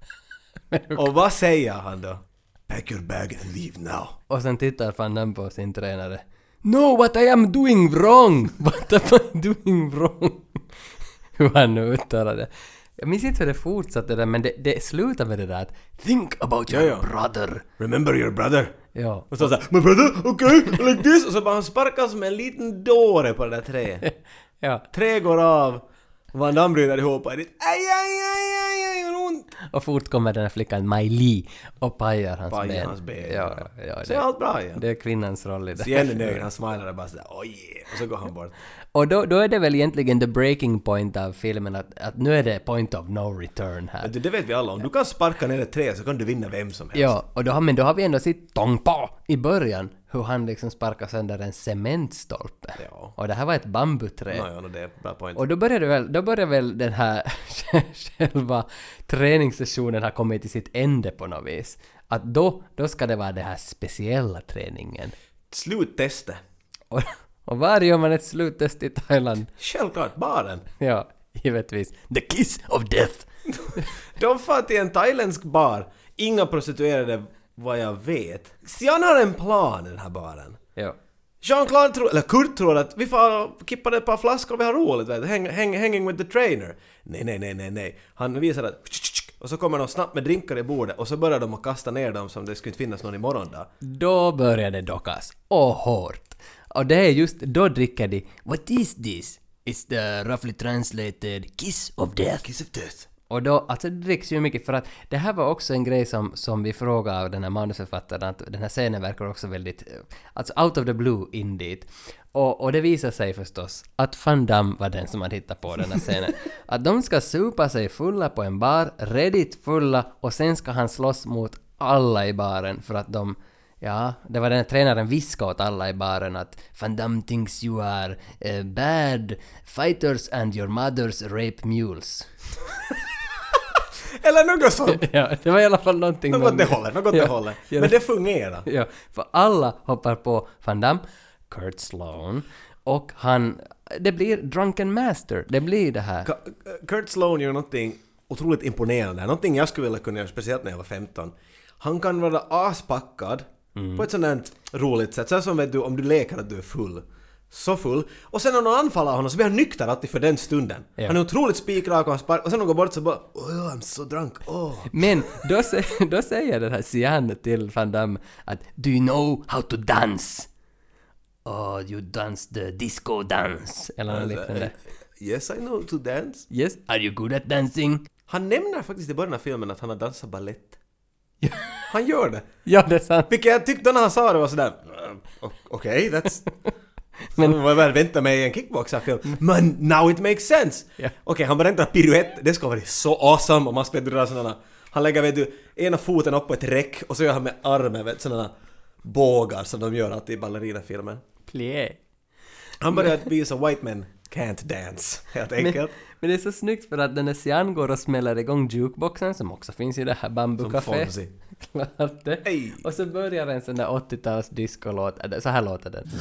Speaker 1: Och vad säger han då? Pack your bag and leave now.
Speaker 2: Och sen tittar Van Damme på sin tränare. No, what I am doing wrong! What am I doing wrong? Hur han nu uttalar det. Jag minns inte hur det fortsatte där, men det slutar med det där att think about your brother.
Speaker 1: Remember your brother.
Speaker 2: Ja.
Speaker 1: Och så såhär, my brother, okay, like this. Och så bara han sparkar som en liten dåre på det där träet.
Speaker 2: Ja.
Speaker 1: Trä går av. Van Damme bryter ihop och är det aj, ont.
Speaker 2: Och fort kommer den här flickan Miley och pajar hans ben. Ja,
Speaker 1: så är allt bra igen.
Speaker 2: Det är kvinnans roll i det.
Speaker 1: Så igen är nöjd, han smilar och bara sådär, oh yeah. Och så går han bort.
Speaker 2: Och då är det väl egentligen the breaking point av filmen att nu är det point of no return här.
Speaker 1: Det vet vi alla. Om du kan sparka ner ett trä så kan du vinna vem som helst.
Speaker 2: Ja, och då har vi ändå sitt tongpa i början. Hur han liksom sparkar sönder en cementstolpe. Ja. Och det här var ett bambuträ.
Speaker 1: Ja, det är bra point.
Speaker 2: Och då börjar väl den här själva träningssessionen ha kommit till sitt ände på något vis. Att då ska det vara den här speciella träningen.
Speaker 1: Sluttestet.
Speaker 2: Och var gör man ett sluttest i Thailand?
Speaker 1: Självklart, baren.
Speaker 2: Ja, givetvis. The kiss of death.
Speaker 1: De får till en thailändsk bar. Inga prostituerade vad jag vet. Sian har en plan i den här baren.
Speaker 2: Ja.
Speaker 1: Jean-Claude tror, eller Kurt tror att vi får kippa ett par flaskor och vi har roligt. Hanging with the trainer. Nej. Han visar att och så kommer de snabbt med drinkar i bordet och så börjar de att kasta ner dem som det skulle inte finnas någon imorgon där.
Speaker 2: Då börjar det dockas. Och hårt. Och det är just då dricker de What is this? It's the roughly translated kiss of death.
Speaker 1: Kiss of death.
Speaker 2: Och då, alltså det dricks ju mycket för att det här var också en grej som vi frågade av den här manusförfattaren att den här scenen verkar också väldigt, alltså out of the blue in dit. Och det visar sig förstås att Van Damme var den som hade hittat på den här scenen. Att de ska supa sig fulla på en bar, redigt fulla och sen ska han slåss mot alla i baren för att de... Ja, det var den här tränaren viskade åt alla i baren att Van Damme thinks you are bad fighters and your mothers rape mules.
Speaker 1: Eller något sånt.
Speaker 2: Ja, det var i alla fall någonting...
Speaker 1: Något det håller.
Speaker 2: Ja.
Speaker 1: Men det fungerar.
Speaker 2: Ja, för alla hoppar på Van Damme, Kurt Sloan, och han... Det blir Drunken Master, det blir det här.
Speaker 1: Kurt Sloan gör någonting otroligt imponerande. Någonting jag skulle vilja kunna göra, speciellt när jag var 15. Han kan vara aspackad på ett sånt här roligt sätt. Så som vet du, om du leker att du är full. Så full. Och sen när någon anfaller honom så blir han nykter alltid för den stunden. Ja. Han är otroligt spikrak och han sparkar. Och sen när han går bort så bara oh, I'm so drunk. Oh.
Speaker 2: Men då säger den här Sian till Van Damme att do you know how to dance? Oh, you dance the disco dance. Eller något liknande.
Speaker 1: Yes, I know to dance.
Speaker 2: Yes, are you good at dancing?
Speaker 1: Han nämner faktiskt i början av filmen att han har dansat ballett. Han gör det.
Speaker 2: Ja, det är sant.
Speaker 1: Vilket jag tyckte när han sa det var sådär okej, that's... Men jag väl vänta mig i en kickboxarfilm. Men now it makes sense. Yeah. Okej, han berättar piruett. Det ska vara så awesome om man ska dra sådana. Han lägger vet du ena foten upp på ett räck och så gör han med armen vet sådana bågar som de gör alltid i ballerinafilmer.
Speaker 2: Plié.
Speaker 1: Han börjar visa white men can't dance helt enkelt.
Speaker 2: Men det är så snyggt för att den här Sian går och smäller igång jukeboxen som också finns i det här bambucafé. Klart det. Hey. Och så börjar en sån där 80-tals discolåt. Så här låter den.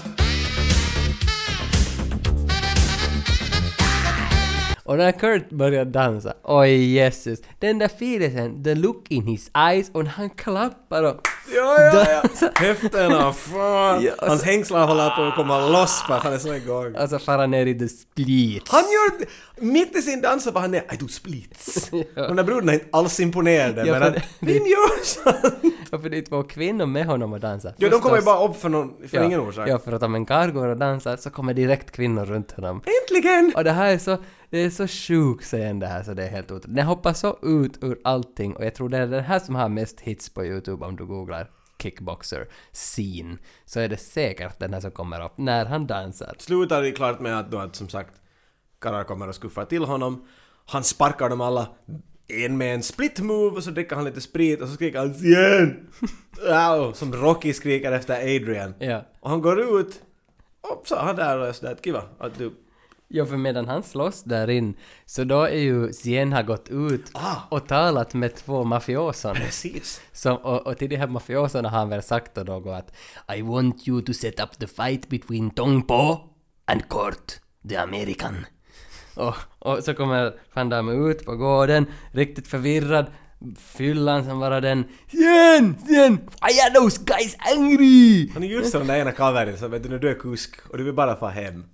Speaker 2: Och när Kurt börjar dansa, oj Jesus, den där filisen, the look in his eyes, och han klappar och
Speaker 1: ja. Häfterna, fan. Ja, hans hängslar håller på att komma loss för att han är så igång.
Speaker 2: Alltså fara ner i the splits.
Speaker 1: Han gör, mitt i sin dans var han ner, I do splits. Ja. De där bröderna är inte alls imponerade, ja, men vem gör sånt?
Speaker 2: Ja, för det är två kvinnor med honom och dansar.
Speaker 1: Ja, de kommer ju bara upp för ingen orsak.
Speaker 2: Ja, för att om en karl går och dansar så kommer direkt kvinnor runt honom.
Speaker 1: Äntligen!
Speaker 2: Och det här är så... Det är så sjukt scen det här så det är helt otroligt. Den hoppar så ut ur allting och jag tror det är den här som har mest hits på YouTube om du googlar kickboxer scene. Så är det säkert den här som kommer upp när han dansar.
Speaker 1: Slutar det klart med att, då, att som sagt karlar kommer och skuffar till honom. Han sparkar dem alla en med en split move och så dricker han lite sprit och så skriker han igen. Wow, som Rocky skriker efter Adrian.
Speaker 2: Ja.
Speaker 1: Och han går ut och så han där och är sådär kiva att du...
Speaker 2: Ja, för medan han slåss där in så då är ju Sien har gått ut och talat med två mafioser.
Speaker 1: Precis.
Speaker 2: Och till de här mafioserna har han väl sagt då att I want you to set up the fight between Tong Po and Kurt, the American. Och så kommer Van Damme ut på gården, riktigt förvirrad. Fyllan som var den Sien! Why are those guys angry?
Speaker 1: Han är just som den där ena kaverin så vet du, när du är kusk och du vill bara få hem.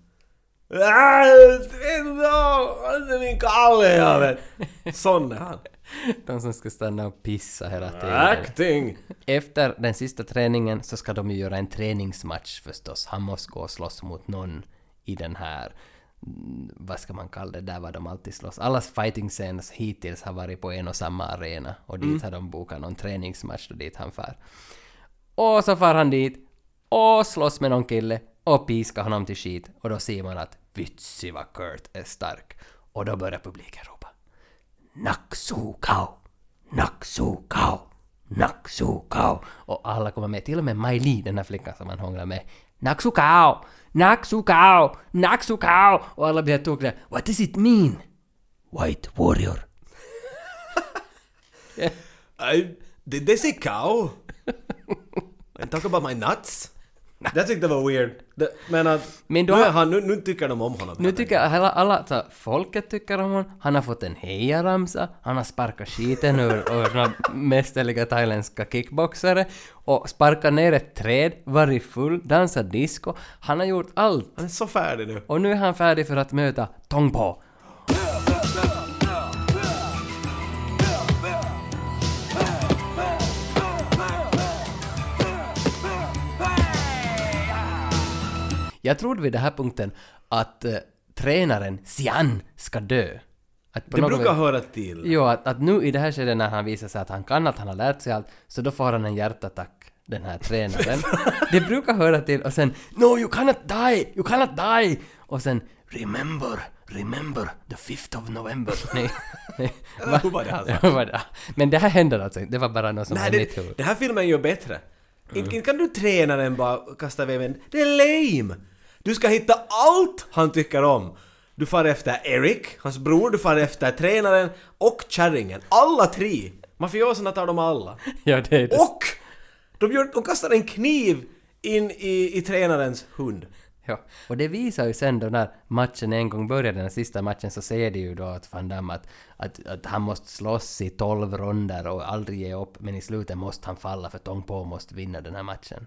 Speaker 1: Min kalle, jag vet. Sån är han.
Speaker 2: De som ska stanna och pissa hela tiden.
Speaker 1: Acting!
Speaker 2: Efter den sista träningen så ska de ju göra en träningsmatch förstås. Han måste gå och slåss mot någon i den här, vad ska man kalla det, där var de alltid slåss. Allas fighting scenes hittills har varit på en och samma arena. Och dit har de bokat någon träningsmatch och dit han far. Och så far han dit och slåss med någon kille och piskar honom till skit. Och då ser man att vitsi vad Kurt är stark. Och då börjar publiken ropa Naksu Kao, Naksu Kao, Naksu Kao. Och alla kommer med, till och med Mai Li, den här flickan som man hånglar med. Naksu Kao, Naksu Kao, Naksu Kao. Och alla blir tokiga. What does it mean? White warrior.
Speaker 1: Did they say cow? And talk about my nuts? Jag tyckte det var weird. Nu tycker de om honom.
Speaker 2: Nu tycker alla så folket tycker om honom. Han har fått en hejaramsa. Han har sparkat skiten ur några mästerliga thailändska kickboxare. Och sparkat ner ett träd, varit full, dansat disco. Han har gjort allt.
Speaker 1: Han är så färdig nu.
Speaker 2: Och nu är han färdig för att möta Tong Po. Jag trodde vid den här punkten att tränaren Xian ska dö. Att
Speaker 1: Det brukar höra till.
Speaker 2: Jo, att nu i det här skedet när han visar sig att han kan, att han har lärt sig allt, så då får han en hjärtattack, den här tränaren. Det brukar höra till, och sen no, you cannot die! Och sen remember the 5th of November. Nej.
Speaker 1: Hur var det alltså?
Speaker 2: Men det här händer alltså inte, det var bara något som var mitt huvud.
Speaker 1: Det här filmen är ju bättre. Inte kan du träna den bara kasta iväg med. Det är lame! Du ska hitta allt han tycker om. Du far efter Eric, hans bror, du far efter tränaren och kärringen. Alla tre. Mafioserna tar dem alla.
Speaker 2: Ja, det är det.
Speaker 1: Och de kastar en kniv in i tränarens hund.
Speaker 2: Ja, och det visar ju sen då när matchen en gång börjar, den sista matchen, så säger det ju då att Van Damme att han måste slåss i 12 ronder och aldrig ge upp, men i slutet måste han falla för Tong Po måste vinna den här matchen.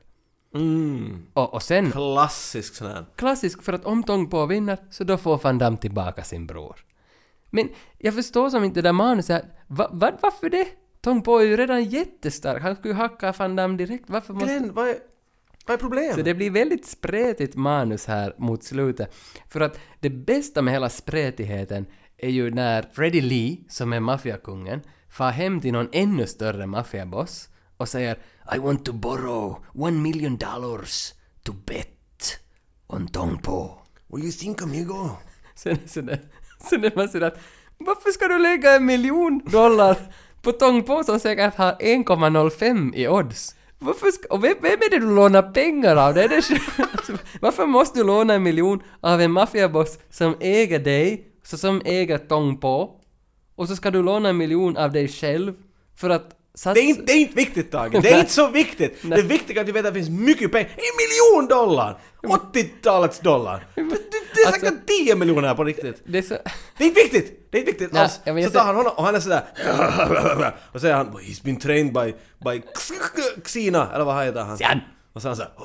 Speaker 2: Och sen...
Speaker 1: Klassisk sån här.
Speaker 2: Klassisk, för att om Tong Po vinner så då får Van Damme tillbaka sin bror. Men jag förstår som inte det där manuset. Varför det? Tong Po är ju redan jättestark. Han skulle hacka Van Damme direkt. Varför måste...
Speaker 1: Glenn, vad är problemet?
Speaker 2: Så det blir väldigt spretigt manus här mot slutet. För att det bästa med hela spretigheten är ju när Freddie Lee, som är maffiakungen, far hem till någon ännu större maffiaboss och säger I want to borrow $1 million to bet on Tong Po.
Speaker 1: What do you think, amigo?
Speaker 2: Sen är man sådär att varför ska du lägga $1 million på Tong Po som säkert har 1,05 i odds? Och vem är det du lånar pengar av? Det är det, varför måste du låna $1 million av en maffiaboss som äger dig, så som äger Tong Po, och så ska du låna $1 million av dig själv för att satsa...
Speaker 1: Det är inte viktigt, Tage. Det är inte så viktigt. Det är viktigt att du vet att det finns mycket pengar. $1 million! 80-talets dollar. Det är säkert 10 miljoner här på riktigt.
Speaker 2: Det är så...
Speaker 1: Det är inte viktigt! Det är inte viktigt alls.
Speaker 2: Ja,
Speaker 1: så tar han honom och han är sådär... Och säger han, he's been trained by Xina, eller vad heter han?
Speaker 2: Xian.
Speaker 1: Och så han såhär...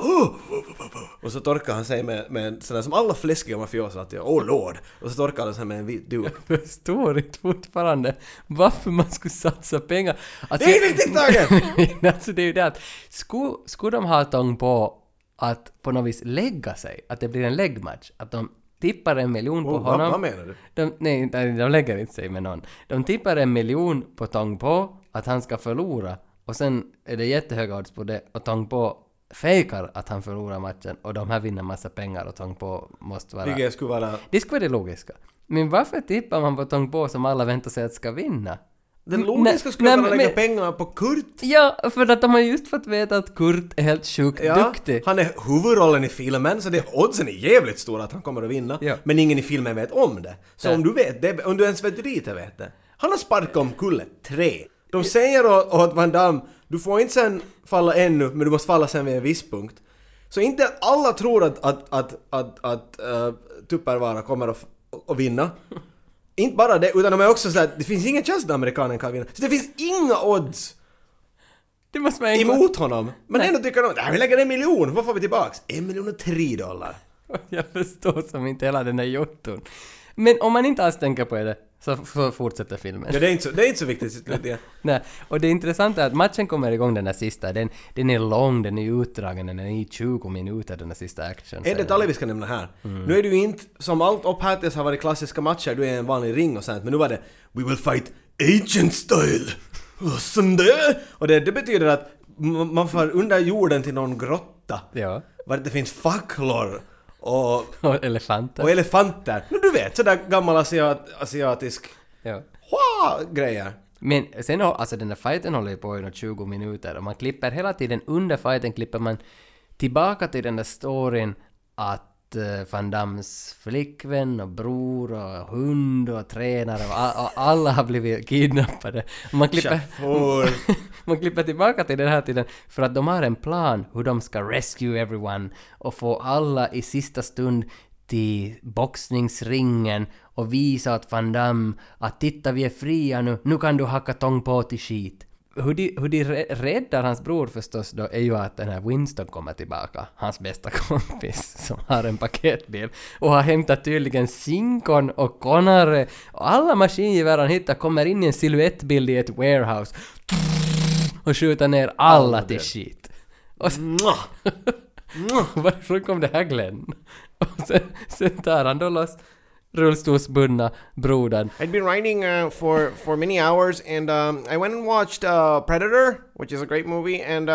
Speaker 1: Och så torkar han sig med en sådär som alla fläskiga mafioser att oh lord. Och så torkar han sig med en vit duk.
Speaker 2: Jag förstår inte fortfarande varför man skulle satsa pengar. Alltså,
Speaker 1: det är viktigt, Tage!
Speaker 2: Alltså det är ju det att skulle de ha Tong Po att på något vis lägga sig, att det blir en läggmatch, att de tippar $1 million på honom.
Speaker 1: Vad menar du?
Speaker 2: De lägger inte sig med någon. De tippar $1 million på Tong Po att han ska förlora, och sen är det jättehöga odds på det, och Tong Po fejkar att han förlorar matchen och de här vinner massa pengar och Tong Po måste vara...
Speaker 1: Det skulle vara
Speaker 2: det logiska. Men varför tippar man på Tong Po som alla väntar sig att ska vinna?
Speaker 1: Den logiska skulle vara att lägga pengar på Kurt.
Speaker 2: Ja, för att de har just fått veta att Kurt är helt sjukt duktig.
Speaker 1: Han är huvudrollen i filmen, så det oddsen är jävligt stora att han kommer att vinna. Ja. Men ingen i filmen vet om det. Så om du vet det, om du ens vet dit vet det. Han har sparkat omkull 3. De säger åt Van Damme, du får inte sen falla ännu, men du måste falla sen vid en viss punkt. Så inte alla tror att Tuppervara kommer att vinna. Inte bara det, utan de är också så att det finns ingen chans att amerikanen kan vinna. Så det finns inga odds
Speaker 2: det måste man
Speaker 1: emot honom. Men ändå tycker de, vi lägger $1 million, vad får vi tillbaks? $1 million och $3.
Speaker 2: Jag förstår som inte hela den här jotton. Men om man inte alls tänker på det, så fortsätter filmen.
Speaker 1: Ja, det är inte så viktigt.
Speaker 2: Nej, och det intressanta är att matchen kommer igång den här sista. Den är lång, den är utdragen, den är i 20 minuter den här sista action.
Speaker 1: En detalj vi ska nämna här. Nu är du inte, som allt upphattis har varit klassiska matcher, du är en vanlig ring och sånt, men nu var det We will fight agent style. Som det. Och det betyder att man får under jorden till någon grotta.
Speaker 2: Ja.
Speaker 1: Var det finns facklor. Och
Speaker 2: elefanter.
Speaker 1: Du vet, sådär gammal asiatisk grejer.
Speaker 2: Men sen, alltså den där fighten håller ju på i 20 minuter och man klipper hela tiden under fighten klipper man tillbaka till den där storyn att Van Dammes flickvän och bror och hund och tränare och alla har blivit kidnappade. Man klipper tillbaka till den här tiden för att de har en plan hur de ska rescue everyone och få alla i sista stund till boxningsringen och visa att Van Damme att titta, vi är fria nu kan du hacka Tong Po till skit. Hur de räddar hans bror förstås då är ju att den här Winston kommer tillbaka, hans bästa kompis som har en paketbil och har hämtat tydligen Sinkon och Conare och alla maskingevär han hittar kommer in i en silhuettbild i ett warehouse och skjuter ner alla till skit. Varför kom det här Glenn? Och sen tar han då loss rullstolsbundna brodern.
Speaker 1: I'd been writing for many hours, and I went and watched Predator, which is a great movie, and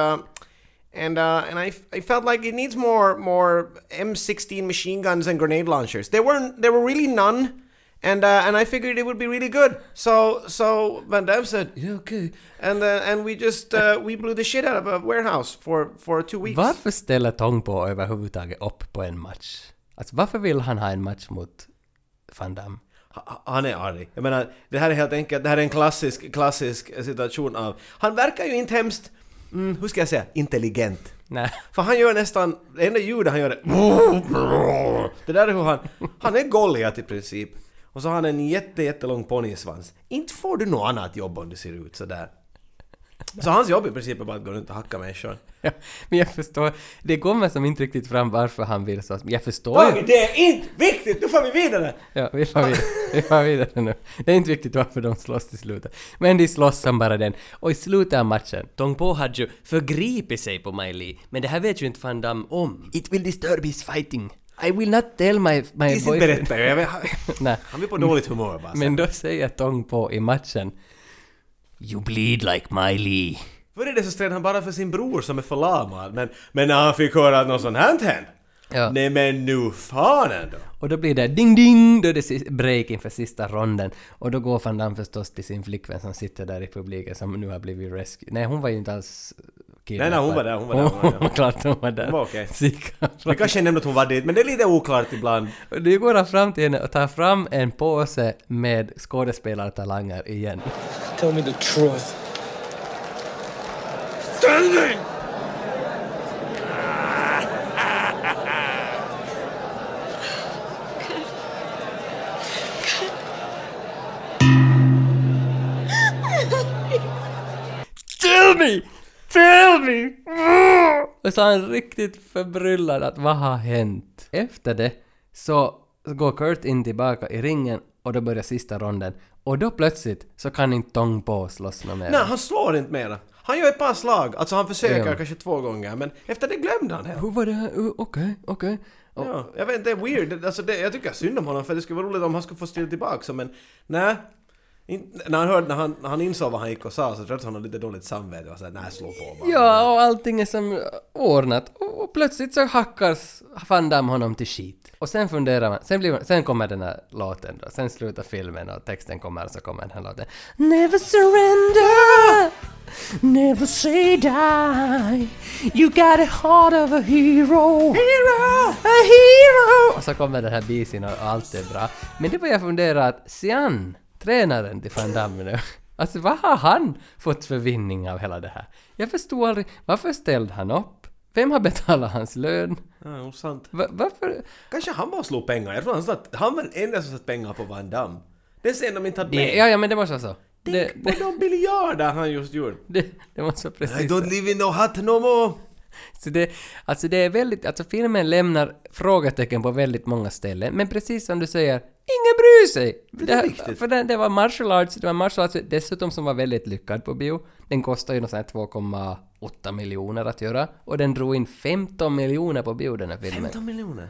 Speaker 1: I felt like it needs more M16 machine guns and grenade launchers. There were really none, and I figured it would be really good. So Van Damme said, yeah, okay, and we just we blew the shit out of a warehouse for 2 weeks.
Speaker 2: Varför ställer Tong Po överhuvudtaget upp på en match? Alltså varför vill han ha en match mot Van Damme?
Speaker 1: Han är arg. Jag menar, det här är helt enkelt, det här är en klassisk situation av, han verkar ju inte hemskt, hur ska jag säga, intelligent.
Speaker 2: Nej.
Speaker 1: För han gör nästan, det enda ljudet han gör det där är hur han är Goliat i princip. Och så har han en jättelång ponnysvans. Inte får du något annat jobb om det ser ut så där. Så hans jobb i princip är bara att gå runt och hacka människor.
Speaker 2: Ja, men jag förstår, det kommer som inte riktigt fram varför han vill så. Jag förstår ju.
Speaker 1: Det är inte viktigt, nu får vi vidare!
Speaker 2: Ja, vi får vidare nu. Det är inte viktigt varför de slåss till slutet. Men de slåss som bara den. Och i slutet av matchen, Tong Po hade ju förgripit sig på Mai Li. Men det här vet ju inte Van Damme om. It will disturb his fighting. I will not tell my boyfriend.
Speaker 1: Berätta,
Speaker 2: Nej.
Speaker 1: Han blir på dåligt humör bara.
Speaker 2: Men då säger Tong Po i matchen, you bleed like Mai Li.
Speaker 1: För det så stred han bara för sin bror som är förlamad. Men när han fick höra att något sånt hänt.
Speaker 2: Ja.
Speaker 1: Nej men nu fan ändå.
Speaker 2: Och då blir det ding ding, då är det break inför sista ronden. Och då går Van Damme förstås till sin flickvän som sitter där i publiken som nu har blivit rescue. Nej, hon var ju inte alls kidnappad.
Speaker 1: Nej, hon var där.
Speaker 2: Hon klart hon var där.
Speaker 1: Hon var okej. Vi kanske nämnde att hon var dit, men det är lite oklart ibland.
Speaker 2: Och det går han fram till henne och tar fram en påse med skådespelartalanger igen.
Speaker 6: Tell me the truth. Standing!
Speaker 2: Tell me! Och så är han riktigt förbryllad att vad har hänt? Efter det så går Kurt in tillbaka i ringen och då börjar sista ronden. Och då plötsligt så kan inte Tong Po slåss något mer.
Speaker 1: Nej, han slår inte mera. Han gör ett par slag, alltså han försöker kanske 2 gånger, men efter det glömde han det.
Speaker 2: Hur var det här? Okej.
Speaker 1: Ja, jag vet inte, det är weird. Alltså jag tycker synd om honom, för det skulle vara roligt om han skulle få styra tillbaka, men nej. När han insåg vad han gick och sa, så tror jag att han hade lite dåligt samvete och sa nej, slå på bara.
Speaker 2: Ja, och allting är som ordnat. Och plötsligt så hackar Van Damme honom till skit. Och sen funderar man, sen kommer den här låten då. Sen slutar filmen och texten kommer, så kommer den här låten. Never surrender, never say die. You got a heart of a hero. A hero. Och så kommer den här bisen och allt är bra. Men det var jag funderar att Sian, tränaren till Van Damme nu. Alltså vad har han fått för vinning av hela det här? Jag förstår aldrig. Varför ställde han upp? Vem har betalat hans lön?
Speaker 1: Ja, sant.
Speaker 2: Varför?
Speaker 1: Kanske han bara slog pengar. Jag tror han var den enda som satt pengar på Van Damme. Det ser de inte hade med.
Speaker 2: Ja, men det måste vara så.
Speaker 1: Tänk på de biljarder han just gjorde.
Speaker 2: Det måste vara precis.
Speaker 1: I don't live in no hut no more.
Speaker 2: Så det är väldigt, alltså filmen lämnar frågetecken på väldigt många ställen, men precis som du säger, ingen bryr sig.
Speaker 1: Det är viktigt.
Speaker 2: För det var martial arts dessutom som var väldigt lyckad på bio. Den kostade ju något sånt här 2,8 miljoner att göra, och den drog in 15 miljoner på bio, den här filmen.
Speaker 1: 15 miljoner?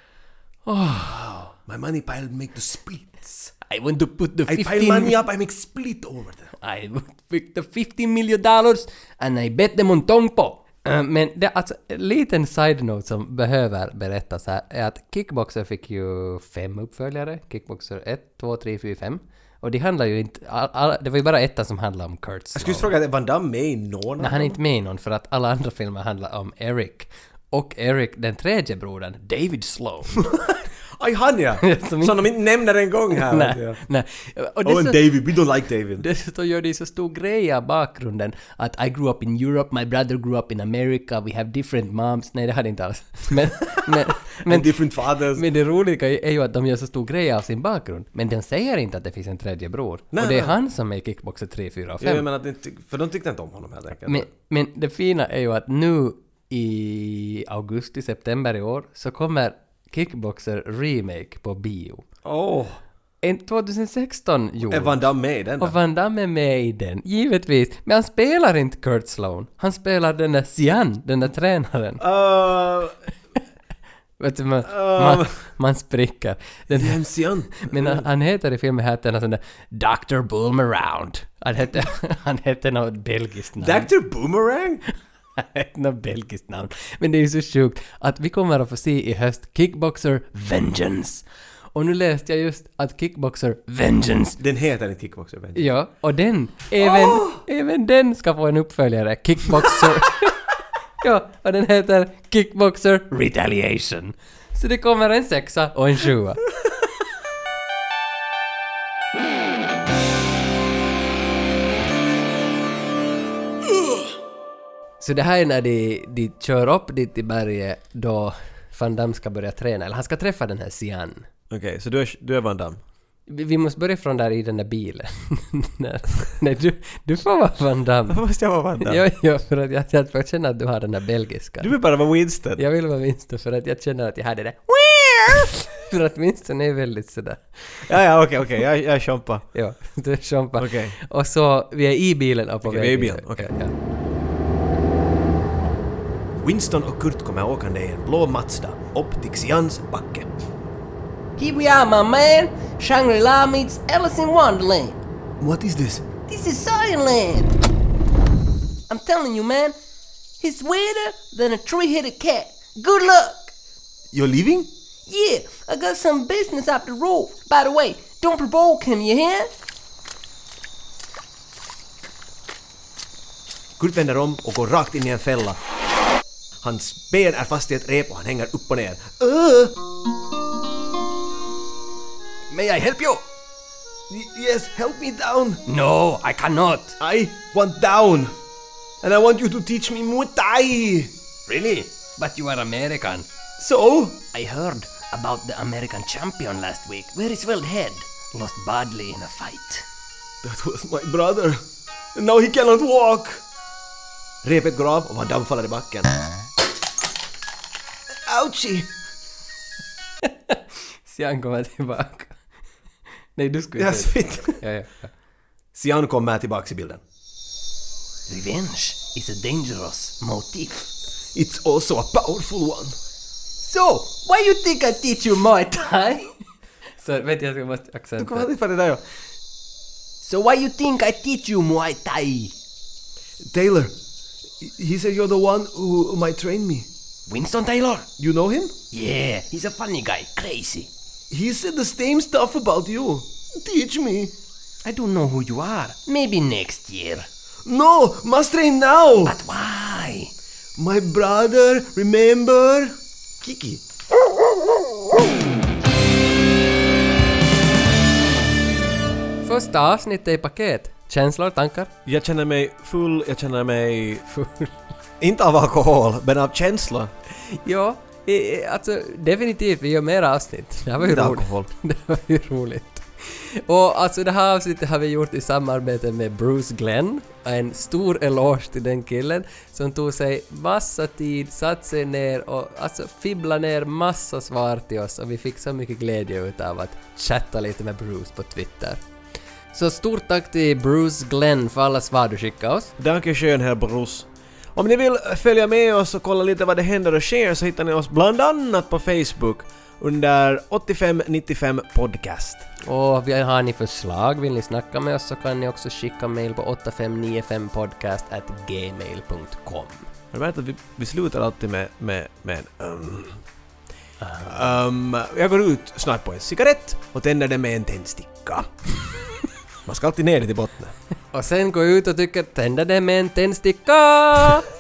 Speaker 1: My money pile make the splits.
Speaker 2: I want to put the 15...
Speaker 1: I pile money up, I make split over them.
Speaker 2: I put the $15 million and I bet them on Tong Po. Men det, alltså, en liten side-note som behöver berättas här är att Kickboxer fick ju 5 uppföljare. Kickboxer 1, 2, 3, 4, 5. Och det handlar ju inte... det var ju bara etta som handlade om Kurt's.
Speaker 1: Jag skulle fråga, är Van Damme med i någon?
Speaker 2: Nej, han är inte med i någon, för att alla andra filmer handlar om Eric. Och Eric, den tredje brodern, David Sloan.
Speaker 1: Aj, han ja! Som de inte nämner en gång här.
Speaker 2: Nej.
Speaker 1: Och David, we don't like David.
Speaker 2: Dessutom gör det så stor grej av bakgrunden att I grew up in Europe, my brother grew up in America, we have different moms. Nej, det hade inte alls. Men
Speaker 1: different fathers.
Speaker 2: Men det roliga är ju att de gör så stor grej av sin bakgrund. Men de säger inte att det finns en tredje bror. Nej, och det är han som är Kickboxer 3, 4 och 5.
Speaker 1: Jag menar att för de tyckte inte om honom helt enkelt.
Speaker 2: Men det fina är ju att nu i augusti, september i år så kommer Kickboxer remake på bio. En 2016 gjord.
Speaker 1: Är Van Damme med i den då?
Speaker 2: Och Van Damme är med i den, givetvis. Men han spelar inte Kurt Sloan. Han spelar den där Sian, den där tränaren. Vet du, man spricker. Den
Speaker 1: Sian.
Speaker 2: Men han heter i filmen här sån där Dr. Boomerang. Han heter något belgiskt namn.
Speaker 1: Dr. Boomerang?
Speaker 2: Något belgiskt namn. Men det är ju så sjukt att vi kommer att få se i höst Kickboxer Vengeance. Och nu läste jag just att Kickboxer Vengeance...
Speaker 1: Den heter inte Kickboxer Vengeance.
Speaker 2: Ja, och den, även den ska få en uppföljare. Kickboxer... ja, och den heter Kickboxer Retaliation. Så det kommer en 6:a och en 7:a. Så det här är när de kör upp dit i berget då Van Damme ska börja träna. Eller han ska träffa den här Sian.
Speaker 1: Okej, så du är Van Damme.
Speaker 2: Vi måste börja från där i den där bilen. Nej, du får vara Van Damme.
Speaker 1: Varför måste jag vara Van Damme?
Speaker 2: Ja, för att jag känner att du har den där belgiska.
Speaker 1: Du vill bara vara Winston.
Speaker 2: Jag vill vara Winston för att jag känner att jag har det där. För att Winston är väldigt sådär.
Speaker 1: Ja, okej. Jag är Champa.
Speaker 2: Ja, du är Champa.
Speaker 1: Okej.
Speaker 2: Och så, vi är i bilen och på väg.
Speaker 1: Vi är i bilen, okej.
Speaker 2: Ja.
Speaker 1: Winston och Kurt kommer åkande i en blå Mazda upp till Xians backe.
Speaker 5: Here we are, my man. Shangri-La meets Alice in Wonderland.
Speaker 1: What is this?
Speaker 5: This is Science. I'm telling you, man. He's weirder than a three-headed cat. Good luck.
Speaker 1: You're leaving?
Speaker 5: Yeah, I got some business up the road. By the way, don't provoke him, you hear?
Speaker 1: Kurt vänder om och går rakt in i en fälla. Hans ben är fast i ett rep och han hänger upp och ner. May I help you? Yes, help me down.
Speaker 2: No, I cannot.
Speaker 1: I want down. And I want you to teach me Muay Thai.
Speaker 2: Really? But you are American.
Speaker 1: So?
Speaker 2: I heard about the American champion last week. Where is Wild Head? Lost badly in a fight.
Speaker 1: That was my brother. And now he cannot walk. Repet går av och Van Damme faller i backen. Ouchie!
Speaker 2: Sian kommer tillbaka. Nej, du skulle
Speaker 1: Jag svitt.
Speaker 2: Ja.
Speaker 1: Sian kommer tillbaka i bilden.
Speaker 5: Revenge is a dangerous motive.
Speaker 1: It's also a powerful one.
Speaker 5: So, why you think I teach you Muay Thai?
Speaker 2: Så vet jag måste
Speaker 1: Du
Speaker 2: accenten.
Speaker 1: kommer alltid för det där.
Speaker 5: So why you think I teach you Muay Thai?
Speaker 1: Taylor, he said you're the one who might train me.
Speaker 5: Winston Taylor?
Speaker 1: You know him?
Speaker 5: Yeah, he's a funny guy, crazy.
Speaker 1: He said the same stuff about you. Teach me.
Speaker 5: I don't know who you are. Maybe next year.
Speaker 1: No, must train now.
Speaker 5: But why?
Speaker 1: My brother, remember? Kiki.
Speaker 2: Första avsnittet i paket. Känslor, tankar?
Speaker 1: Jag känner mig full, inte av alkohol, men av känslor.
Speaker 2: Ja, alltså definitivt, vi gör mer avsnitt. Det här var ju
Speaker 1: Inte
Speaker 2: roligt.
Speaker 1: alkohol.
Speaker 2: Det var ju roligt. Och alltså det här avsnittet har vi gjort i samarbete med Bruce Glenn. En stor eloge till den killen som tog sig massa tid, satt sig ner och alltså fibbla ner massa svar till oss. Och vi fick så mycket glädje utav att chatta lite med Bruce på Twitter. Så stort tack till Bruce Glenn för alla svar du skickade oss.
Speaker 1: Dankeschön, herr Bruce. Om ni vill följa med oss och kolla lite vad det händer och sker så hittar ni oss bland annat på Facebook under 8595 podcast.
Speaker 2: Och har ni förslag, vill ni snacka med oss så kan ni också skicka mail på 8595podcast@gmail.com.
Speaker 1: Jag vet att vi slutar alltid med jag går ut snart på en cigarett och tänder den med en tändsticka. Man ska alltid ner det till botten.
Speaker 2: Och sen gå ut och tycka tänder det med en tändsticka!